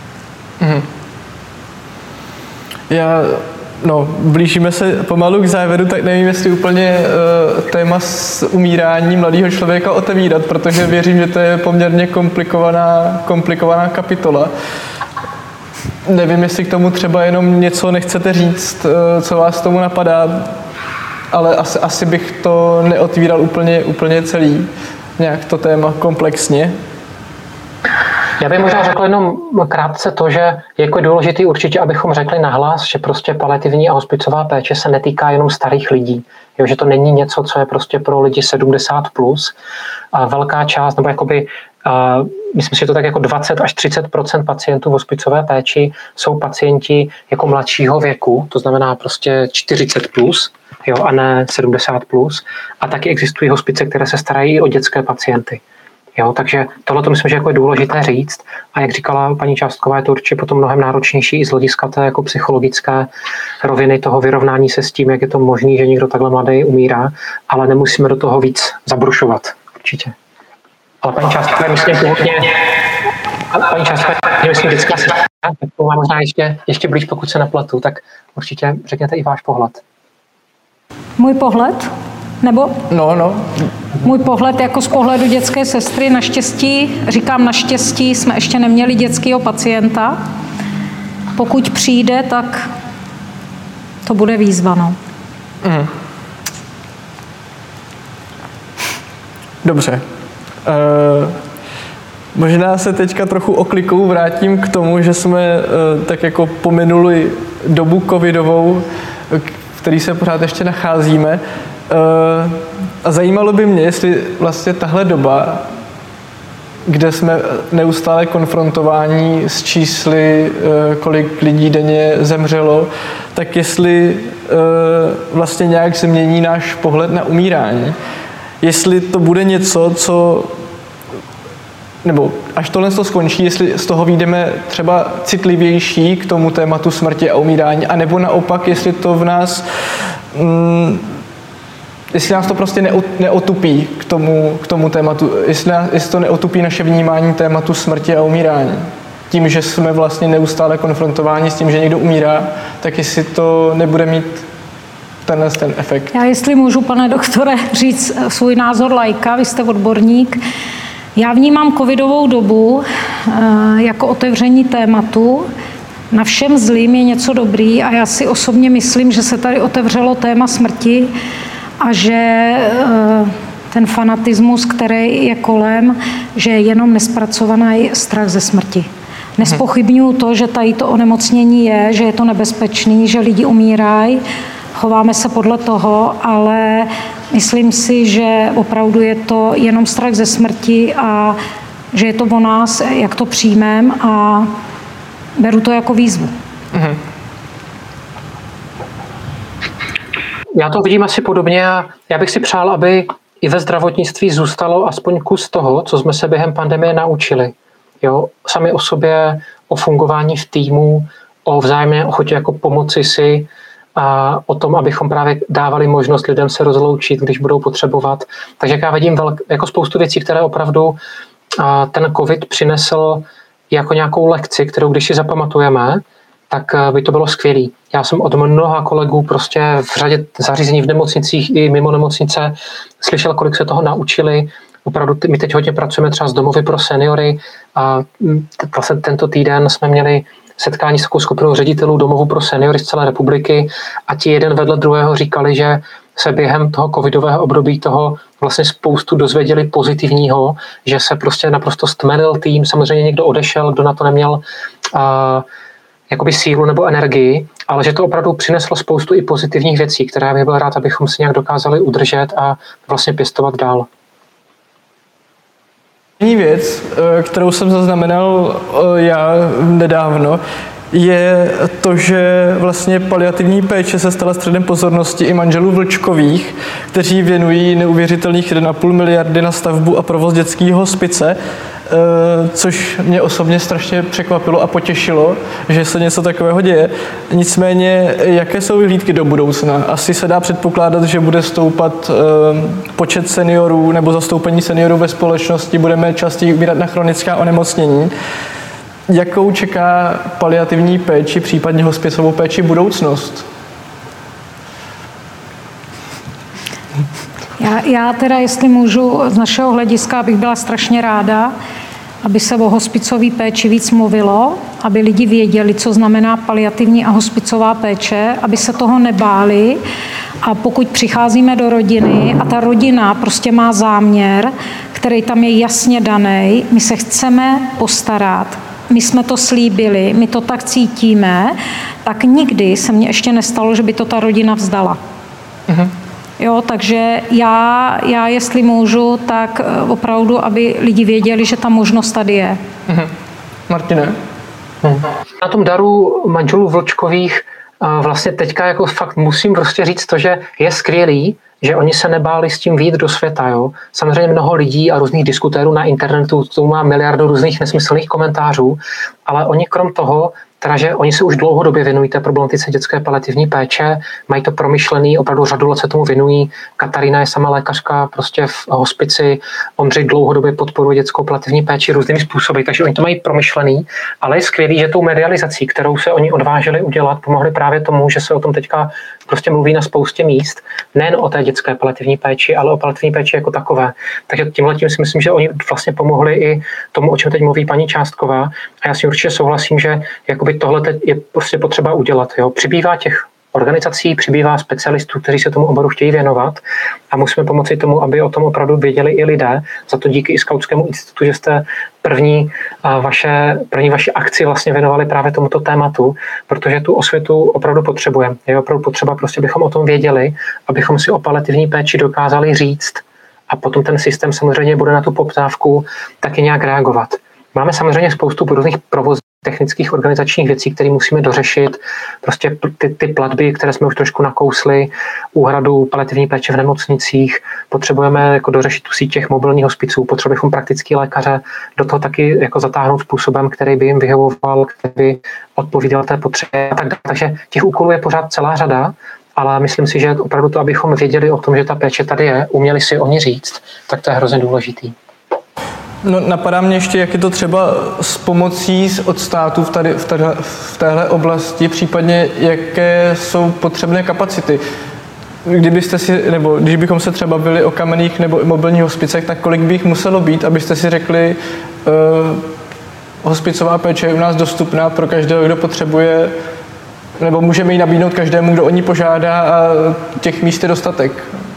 Blížíme se pomalu k závěru, tak nevím, jestli úplně téma s umírání mladého člověka otevírat, protože věřím, že to je poměrně komplikovaná kapitola. Nevím, jestli k tomu třeba jenom něco nechcete říct, co vás tomu napadá, ale asi bych to neotvíral úplně celý, nějak to téma komplexně. Já bych možná řekl jenom krátce to, že je jako důležitý určitě, abychom řekli nahlas, že prostě paliativní a hospicová péče se netýká jenom starých lidí. Jo, že to není něco, co je prostě pro lidi 70+. A velká část, nebo jakoby, myslím si, že to tak jako 20 až 30% pacientů v hospicové péči jsou pacienti jako mladšího věku, to znamená prostě 40+, jo, a ne 70+. A taky existují hospice, které se starají i o dětské pacienty. Jo, takže tohle to myslím, že jako je důležité říct. A jak říkala paní Částková, je to určitě potom mnohem náročnější i z hlediska té jako psychologické roviny toho vyrovnání se s tím, jak je to možné, že někdo takhle mladý umírá, ale nemusíme do toho víc zabrušovat. Určitě. Ale paní Částkové, myslím, myslím, dětská sestra, tak to mám možná ještě blíž, pokud se nepletu, tak určitě řekněte i váš pohled. Můj pohled? Nebo? No. Můj pohled jako z pohledu dětské sestry, naštěstí, říkám naštěstí, jsme ještě neměli dětského pacienta. Pokud přijde, tak to bude výzva, no. Dobře. Možná se teďka trochu oklikou vrátím k tomu, že jsme tak jako pominuli dobu covidovou, v který se pořád ještě nacházíme. A zajímalo by mě, jestli vlastně tahle doba, kde jsme neustále konfrontováni s čísly, kolik lidí denně zemřelo, tak jestli vlastně nějak změní náš pohled na umírání. Jestli to bude něco, co, nebo až tohle to skončí, jestli z toho vyjdeme třeba citlivější k tomu tématu smrti a umírání, anebo naopak, jestli to v nás jestli nás to prostě neotupí k tomu tématu, jestli to neotupí naše vnímání tématu smrti a umírání. Tím, že jsme vlastně neustále konfrontováni s tím, že někdo umírá, tak jestli to nebude mít ten efekt. Já jestli můžu, pane doktore, říct svůj názor laika, vy jste odborník. Já vnímám covidovou dobu jako otevření tématu. Na všem zlým je něco dobrý a já si osobně myslím, že se tady otevřelo téma smrti a že ten fanatismus, který je kolem, že je jenom nespracovaný strach ze smrti. Nespochybňuju to, že tady to onemocnění je, že je to nebezpečný, že lidi umírají, chováme se podle toho, ale myslím si, že opravdu je to jenom strach ze smrti a že je to o nás, jak to přijmeme a beru to jako výzvu. Já to vidím asi podobně a já bych si přál, aby i ve zdravotnictví zůstalo aspoň kus toho, co jsme se během pandemie naučili. Jo? Sami o sobě, o fungování v týmu, o vzájemné ochotě jako pomoci si a o tom, abychom právě dávali možnost lidem se rozloučit, když budou potřebovat. Takže já vidím jako spoustu věcí, které opravdu ten covid přinesl jako nějakou lekci, kterou když si zapamatujeme, tak by to bylo skvělý. Já jsem od mnoha kolegů prostě v řadě zařízení v nemocnicích i mimo nemocnice slyšel, kolik se toho naučili. Opravdu my teď hodně pracujeme třeba s domovy pro seniory a vlastně tento týden jsme měli setkání s takovou skupinou ředitelů domovů pro seniory z celé republiky a ti jeden vedle druhého říkali, že se během toho covidového období toho vlastně spoustu dozvěděli pozitivního, že se prostě naprosto stmelil tým, samozřejmě někdo odešel, kdo na to neměl jakoby sílu nebo energii, ale že to opravdu přineslo spoustu i pozitivních věcí, které bych byl rád, abychom si nějak dokázali udržet a vlastně pěstovat dál. Jiný věc, kterou jsem zaznamenal já nedávno, je to, že vlastně paliativní péče se stala středem pozornosti i manželů Vlčkových, kteří věnují neuvěřitelných 1,5 miliardy na stavbu a provoz dětského hospice, což mě osobně strašně překvapilo a potěšilo, že se něco takového děje. Nicméně, jaké jsou vyhlídky do budoucna? Asi se dá předpokládat, že bude stoupat počet seniorů nebo zastoupení seniorů ve společnosti, budeme častěji umírat na chronická onemocnění. Jakou čeká paliativní péči, případně hospicovou péči budoucnost? Já teda, jestli můžu, z našeho hlediska bych byla strašně ráda, aby se o hospicové péči víc mluvilo, aby lidi věděli, co znamená paliativní a hospicová péče, aby se toho nebáli. A pokud přicházíme do rodiny a ta rodina prostě má záměr, který tam je jasně daný, my se chceme postarat, my jsme to slíbili, my to tak cítíme, tak nikdy se mně ještě nestalo, že by to ta rodina vzdala. Jo, takže já, jestli můžu, tak opravdu, aby lidi věděli, že ta možnost tady je. Martine? Na tom daru manželů Vlčkových vlastně teďka jako fakt musím prostě říct to, že je skvělý, že oni se nebáli s tím vyjít do světa. Jo? Samozřejmě mnoho lidí a různých diskutérů na internetu, to má miliardu různých nesmyslných komentářů, ale oni krom toho, teda, že oni se už dlouhodobě věnují té problematice dětské paliativní péče, mají to promyšlený, opravdu řadu let se tomu věnují. Katarína je sama lékařka prostě v hospici, Ondřej dlouhodobě podporuje dětskou paliativní péči různými způsoby, takže oni to mají promyšlený, ale je skvělý, že tou medializací, kterou se oni odvážili udělat, pomohli právě tomu, že se o tom teďka prostě mluví na spoustě míst, nejen o té dětské paliativní péči, ale o paliativní péči jako takové. Takže tímhletím si myslím, že oni vlastně pomohli i tomu, o čem teď mluví paní Částková. A já si určitě souhlasím, že jakoby tohle je prostě potřeba udělat. Jo. Přibývá těch organizací, přibývá specialistů, kteří se tomu oboru chtějí věnovat a musíme pomoci tomu, aby o tom opravdu věděli i lidé. Za to díky i Skautskému institutu, že jste první vaši akci vlastně věnovali právě tomuto tématu, protože tu osvětu opravdu potřebujeme. Je opravdu potřeba, prostě bychom o tom věděli, abychom si o paliativní péči dokázali říct a potom ten systém samozřejmě bude na tu poptávku taky nějak reagovat. Máme samozřejmě spoustu různých provozních technických organizačních věcí, které musíme dořešit. Prostě ty platby, které jsme už trošku nakousli, úhradu paliativní péče v nemocnicích, potřebujeme jako dořešit tu síť těch mobilních hospiců, potřebujeme praktický lékaře do toho taky jako zatáhnout způsobem, který by jim vyhovoval, který by odpovídal té potřebě a tak dále. Takže těch úkolů je pořád celá řada, ale myslím si, že opravdu to, abychom věděli o tom, že ta péče tady je, uměli si o ní říct, tak to je hrozně důležitý. No, napadá mě ještě, jak je to třeba s pomocí od státu v téhle oblasti, případně jaké jsou potřebné kapacity. Když bychom se třeba bavili o kamenných nebo mobilních hospicech, tak kolik by jich muselo být, abyste si řekli, hospicová péče je u nás dostupná pro každého, kdo potřebuje, nebo můžeme ji nabídnout každému, kdo o ní požádá a těch míst je dostatek.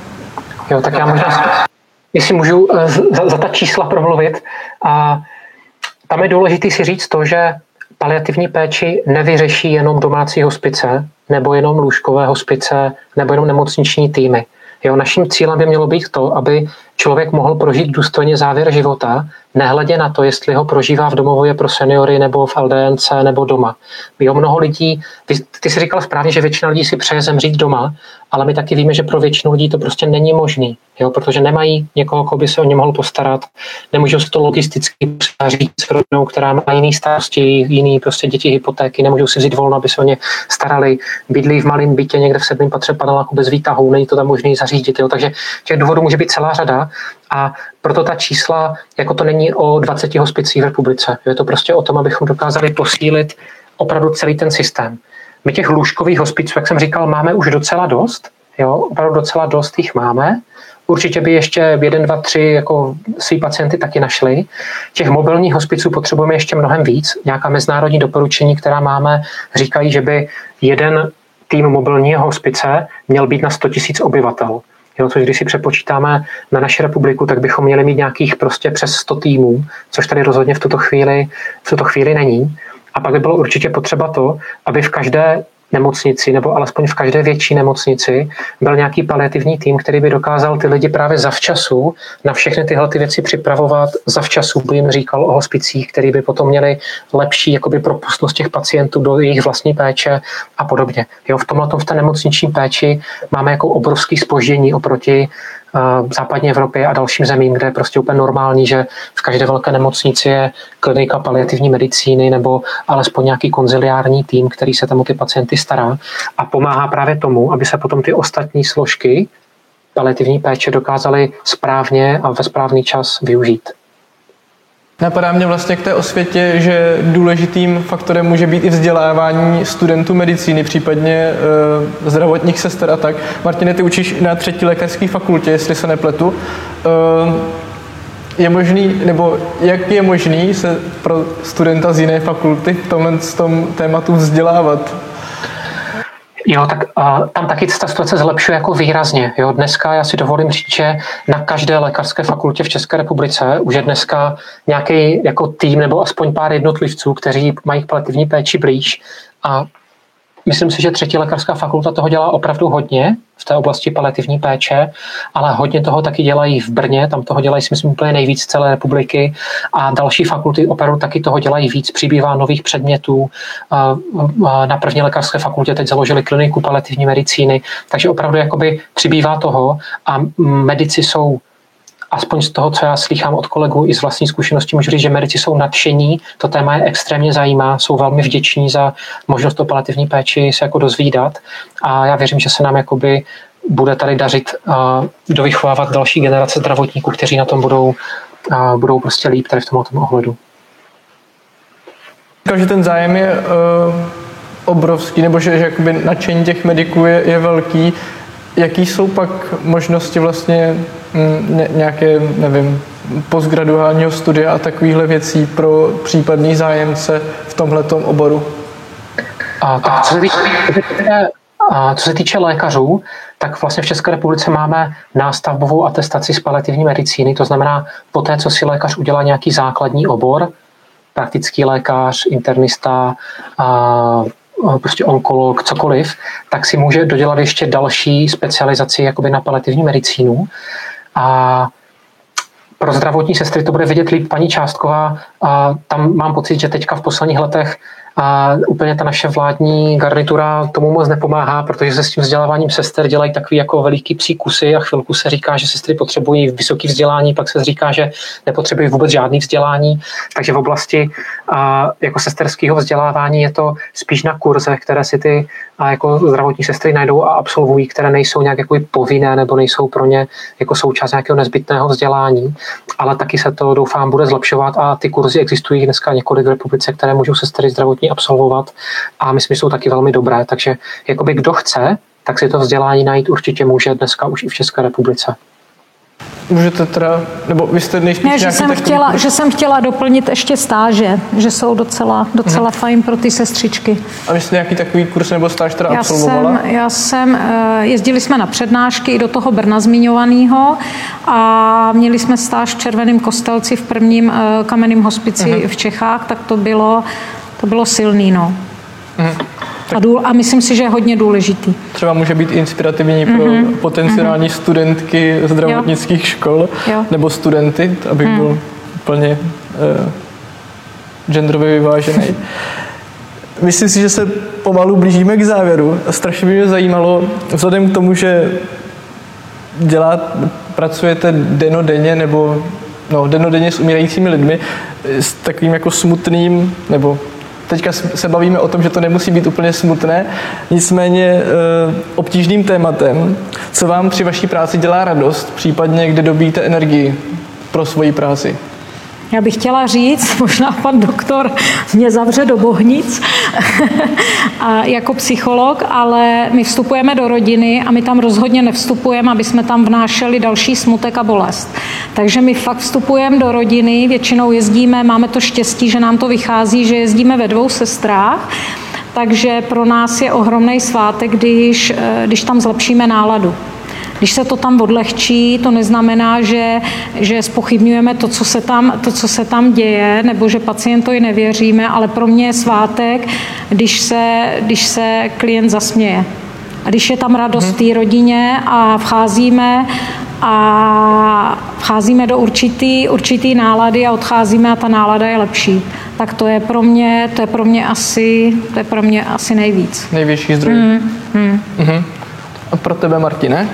Jo, tak já možná jestli můžu za ta čísla promluvit. A tam je důležité si říct to, že paliativní péči nevyřeší jenom domácí hospice, nebo jenom lůžkové hospice, nebo jenom nemocniční týmy. Jo, naším cílem by mělo být to, aby člověk mohl prožít důstojně závěr života, nehledě na to, jestli ho prožívá v domově pro seniory, nebo v LDNC, nebo doma. Jo, mnoho lidí, ty jsi říkal správně, že většina lidí si přeje zemřít doma, ale my taky víme, že pro většinu lidí to prostě není možný, jo, protože nemají někoho, koho by se o ně mohl postarat, nemůžou si to logisticky říct s rodinou, která má jiný starosti, jiný prostě děti, hypotéky, nemůžou si vzít volno, aby se o ně starali, bydlí v malém bytě někde v 7. patře paneláku bez výtahu, není to tam možné zařídit, jo, takže těch důvodů může být celá řada a proto ta čísla, jako to není o 20 hospicích v republice, je to prostě o tom, abychom dokázali posílit opravdu celý ten systém. My těch lůžkových hospiců, jak jsem říkal, máme už docela dost, jo, opravdu docela dost jich máme. Určitě by ještě 1, 2, 3 jako svý pacienty taky našli. Těch mobilních hospiců potřebujeme ještě mnohem víc. Nějaká mezinárodní doporučení, která máme, říkají, že by jeden tým mobilního hospice měl být na 100 000 obyvatel. Jo, což když si přepočítáme na naši republiku, tak bychom měli mít nějakých prostě přes 100 týmů, což tady rozhodně v tuto chvíli není. A pak by bylo určitě potřeba to, aby v každé nemocnici, nebo alespoň v každé větší nemocnici byl nějaký paliativní tým, který by dokázal ty lidi právě zavčasu na všechny tyhle ty věci připravovat. Zavčasu by jim říkal o hospicích, který by potom měli lepší jakoby propustnost těch pacientů do jejich vlastní péče a podobně. Jo, v té nemocniční péči máme jako obrovský zpoždění oproti západní Evropě a dalším zemím, kde je prostě úplně normální, že v každé velké nemocnici je klinika paliativní medicíny nebo alespoň nějaký konziliární tým, který se tam o ty pacienty stará a pomáhá právě tomu, aby se potom ty ostatní složky paliativní péče dokázaly správně a ve správný čas využít. Napadá mě vlastně k té osvětě, že důležitým faktorem může být i vzdělávání studentů medicíny, případně zdravotních sester a tak. Martine, ty učíš na 3. lékařské fakultě, jestli se nepletu. je možný, nebo jak je možný se pro studenta z jiné fakulty v tomhle tom tématu vzdělávat? Jo, tak tam taky ta situace zlepšuje jako výrazně. Jo, dneska já si dovolím říct, že na každé lékařské fakultě v České republice už je dneska nějaký jako tým nebo aspoň pár jednotlivců, kteří mají k paliativní péči blíž. A myslím si, že 3. lékařská fakulta toho dělá opravdu hodně v té oblasti paliativní péče, ale hodně toho taky dělají v Brně, tam toho dělají, si myslím, úplně nejvíc z celé republiky a další fakulty opravdu taky toho dělají víc, přibývá nových předmětů. Na 1. lékařské fakultě teď založili kliniku paliativní medicíny, takže opravdu jakoby přibývá toho a medici jsou, aspoň z toho, co já slýchám od kolegů i z vlastní zkušenosti, můžu říct, že medici jsou nadšení, to téma je extrémně zajímá, jsou velmi vděční za možnost o paliativní péči se jako dozvídat a já věřím, že se nám jakoby bude tady dařit dovychovávat další generace zdravotníků, kteří na tom budou prostě líp tady v tomto ohledu. Že ten zájem je obrovský, nebo že jakoby nadšení těch mediků je velký. Jaký jsou pak možnosti vlastně nějaké, nevím, postgraduálního studia a takovýchhle věcí pro případný zájemce v tomhletom oboru? Tak co se týče lékařů, tak vlastně v České republice máme nástavbovou atestaci z paliativní medicíny, to znamená poté, co si lékař udělá nějaký základní obor, praktický lékař, internista, prostě onkolog, cokoliv, tak si může dodělat ještě další specializaci jakoby na paliativní medicínu. A pro zdravotní sestry to bude vidět líp paní Částková. A tam mám pocit, že teďka v posledních letech úplně ta naše vládní garnitura tomu moc nepomáhá, protože se s tím vzděláváním sester dělají takový jako veliký psí kusy a chvilku se říká, že sestry potřebují vysoké vzdělání, pak se říká, že nepotřebují vůbec žádný vzdělání. Takže v oblasti jako sesterského vzdělávání je to spíš na kurzech, které si ty jako zdravotní sestry najdou a absolvují, které nejsou nějak jako povinné nebo nejsou pro ně jako součást nějakého nezbytného vzdělání, ale taky se to doufám bude zlepšovat a ty kurzy existují dneska několik v republice, které můžou sestry zdravotní absolvovat a myslím, že jsou taky velmi dobré, takže jakoby kdo chce, tak si to vzdělání najít určitě může dneska už i v České republice. Můžete teda, nebo vy jste nejspíš ne, že jsem chtěla doplnit ještě stáže, že jsou docela fajn pro ty sestřičky. A vy jste nějaký takový kurz nebo stáž teda absolvovala? Jezdili jsme na přednášky i do toho Brna zmiňovaného a měli jsme stáž v Červeném Kostelci v prvním kamenném hospici v Čechách, tak to bylo silný, no. A myslím si, že je hodně důležitý. Třeba může být inspirativní pro potenciální studentky zdravotnických škol nebo studenty, abych byl úplně genderově vyvážený. Myslím si, že se pomalu blížíme k závěru. Strašně by mě zajímalo, vzhledem k tomu, že pracujete dennodenně nebo dennodenně s umírajícími lidmi, s takovým jako smutným, nebo teďka se bavíme o tom, že to nemusí být úplně smutné, nicméně obtížným tématem, co vám při vaší práci dělá radost, případně kde dobíjíte energii pro svoji práci. Já bych chtěla říct, možná pan doktor mě zavře do bohnic jako psycholog, ale my vstupujeme do rodiny a my tam rozhodně nevstupujeme, aby jsme tam vnášeli další smutek a bolest. Takže my fakt vstupujeme do rodiny, většinou jezdíme, máme to štěstí, že nám to vychází, že jezdíme ve 2 sestrách, takže pro nás je ohromný svátek, když tam zlepšíme náladu. Když se to tam odlehčí, to neznamená, že zpochybňujeme to, co se tam děje, nebo že pacientovi nevěříme, ale pro mě je svátek, když se klient zasměje. A když je tam radost v té rodině a vcházíme do určitý nálady a odcházíme a ta nálada je lepší, tak to je pro mě asi nejvíc. Největší zdroj. A pro tebe, Martine?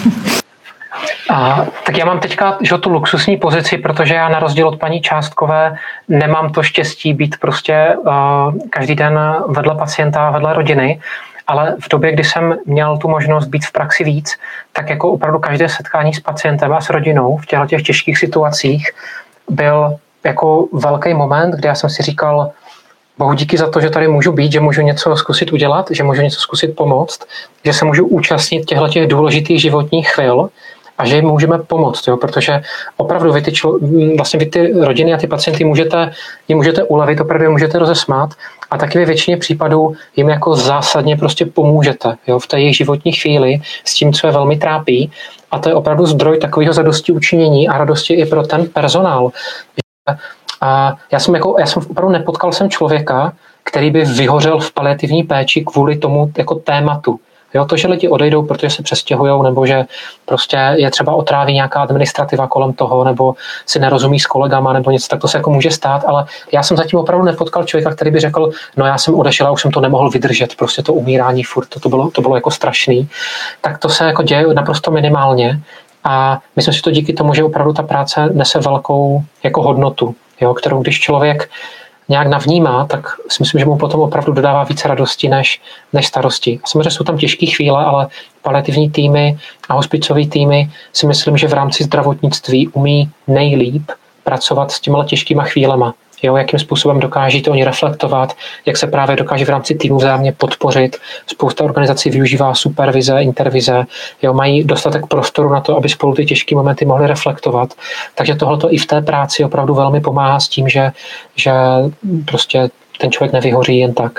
Tak já mám teďka tu luxusní pozici, protože já na rozdíl od paní Částkové nemám to štěstí být prostě každý den vedle pacienta, vedle rodiny, ale v době, kdy jsem měl tu možnost být v praxi víc, tak jako opravdu každé setkání s pacientem a s rodinou v těch těžkých situacích byl jako velký moment, kdy já jsem si říkal, Bohu díky za to, že tady můžu být, že můžu něco zkusit udělat, že můžu něco zkusit pomoct, že se můžu účastnit těchto důležitých životních chvil a že jim můžeme pomoct, jo? Protože opravdu vy ty rodiny a ty pacienty můžete ulevit, opravdu můžete rozesmát a taky ve většině případů jim jako zásadně prostě pomůžete, jo? V té jejich životní chvíli s tím, co je velmi trápí, a to je opravdu zdroj takového zadosti učinění a radosti i pro ten personál. A já jsem opravdu nepotkal jsem člověka, který by vyhořel v paliativní péči kvůli tomu jako tématu. Jo, to, že lidi odejdou, protože se přestěhujou, nebo že prostě je třeba otráví nějaká administrativa kolem toho, nebo si nerozumí s kolegama, nebo něco, tak to se jako může stát, ale já jsem zatím opravdu nepotkal člověka, který by řekl, no já jsem odešel a už jsem to nemohl vydržet, prostě to umírání furt, to bylo jako strašný. Tak to se jako děje naprosto minimálně a myslím si to díky tomu, že opravdu ta práce nese velkou jako hodnotu, jo, kterou když člověk nějak navnímá, tak si myslím, že mu potom opravdu dodává více radosti než starosti. A samozřejmě jsou tam těžké chvíle, ale paliativní týmy a hospicové týmy si myslím, že v rámci zdravotnictví umí nejlíp pracovat s těma těžkýma chvílema. Jo, jakým způsobem dokáží to oni reflektovat, jak se právě dokáže v rámci týmu vzájemně podpořit. Spousta organizací využívá supervize, intervize, jo, mají dostatek prostoru na to, aby spolu ty těžké momenty mohli reflektovat. Takže tohleto i v té práci opravdu velmi pomáhá s tím, že prostě ten člověk nevyhoří jen tak.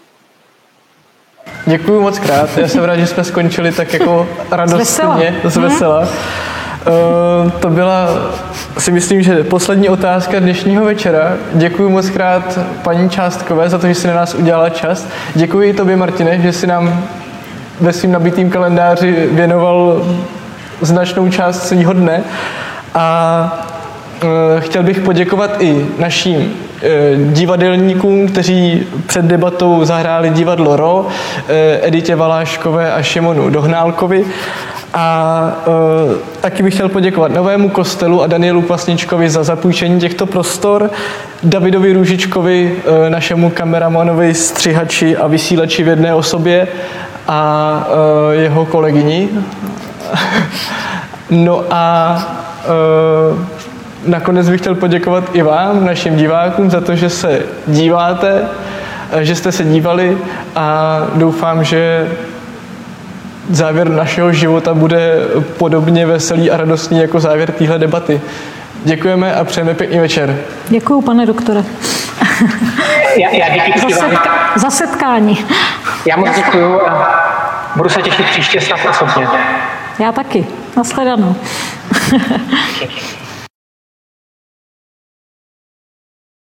Děkuji moc krát. Já jsem rád, že jsme skončili tak jako radostně, vesela. To byla, si myslím, že poslední otázka dnešního večera. Děkuji moc krát paní Částkové za to, že si na nás udělala čas. Děkuji i tobě, Martine, že si nám ve svým nabitým kalendáři věnoval značnou část svýho dne. A chtěl bych poděkovat i našim divadelníkům, kteří před debatou zahráli divadlo RO, Editě Valáškové a Šimonu Dohnálkovi. A taky bych chtěl poděkovat Novému kostelu a Danielu Pasničkovi za zapůjčení těchto prostor, Davidovi Růžičkovi, našemu kameramanovi, střihači a vysílači v jedné osobě a jeho kolegyni. No a nakonec bych chtěl poděkovat i vám, našim divákům, za to, že se díváte, že jste se dívali a doufám, že závěr našeho života bude podobně veselý a radostný jako závěr téhle debaty. Děkujeme a přejeme pěkný večer. Děkuju, pane doktore. Já díky za setkání. Já moc děkuju a budu se těšit příště snad osobně. Já taky. Nashledanou.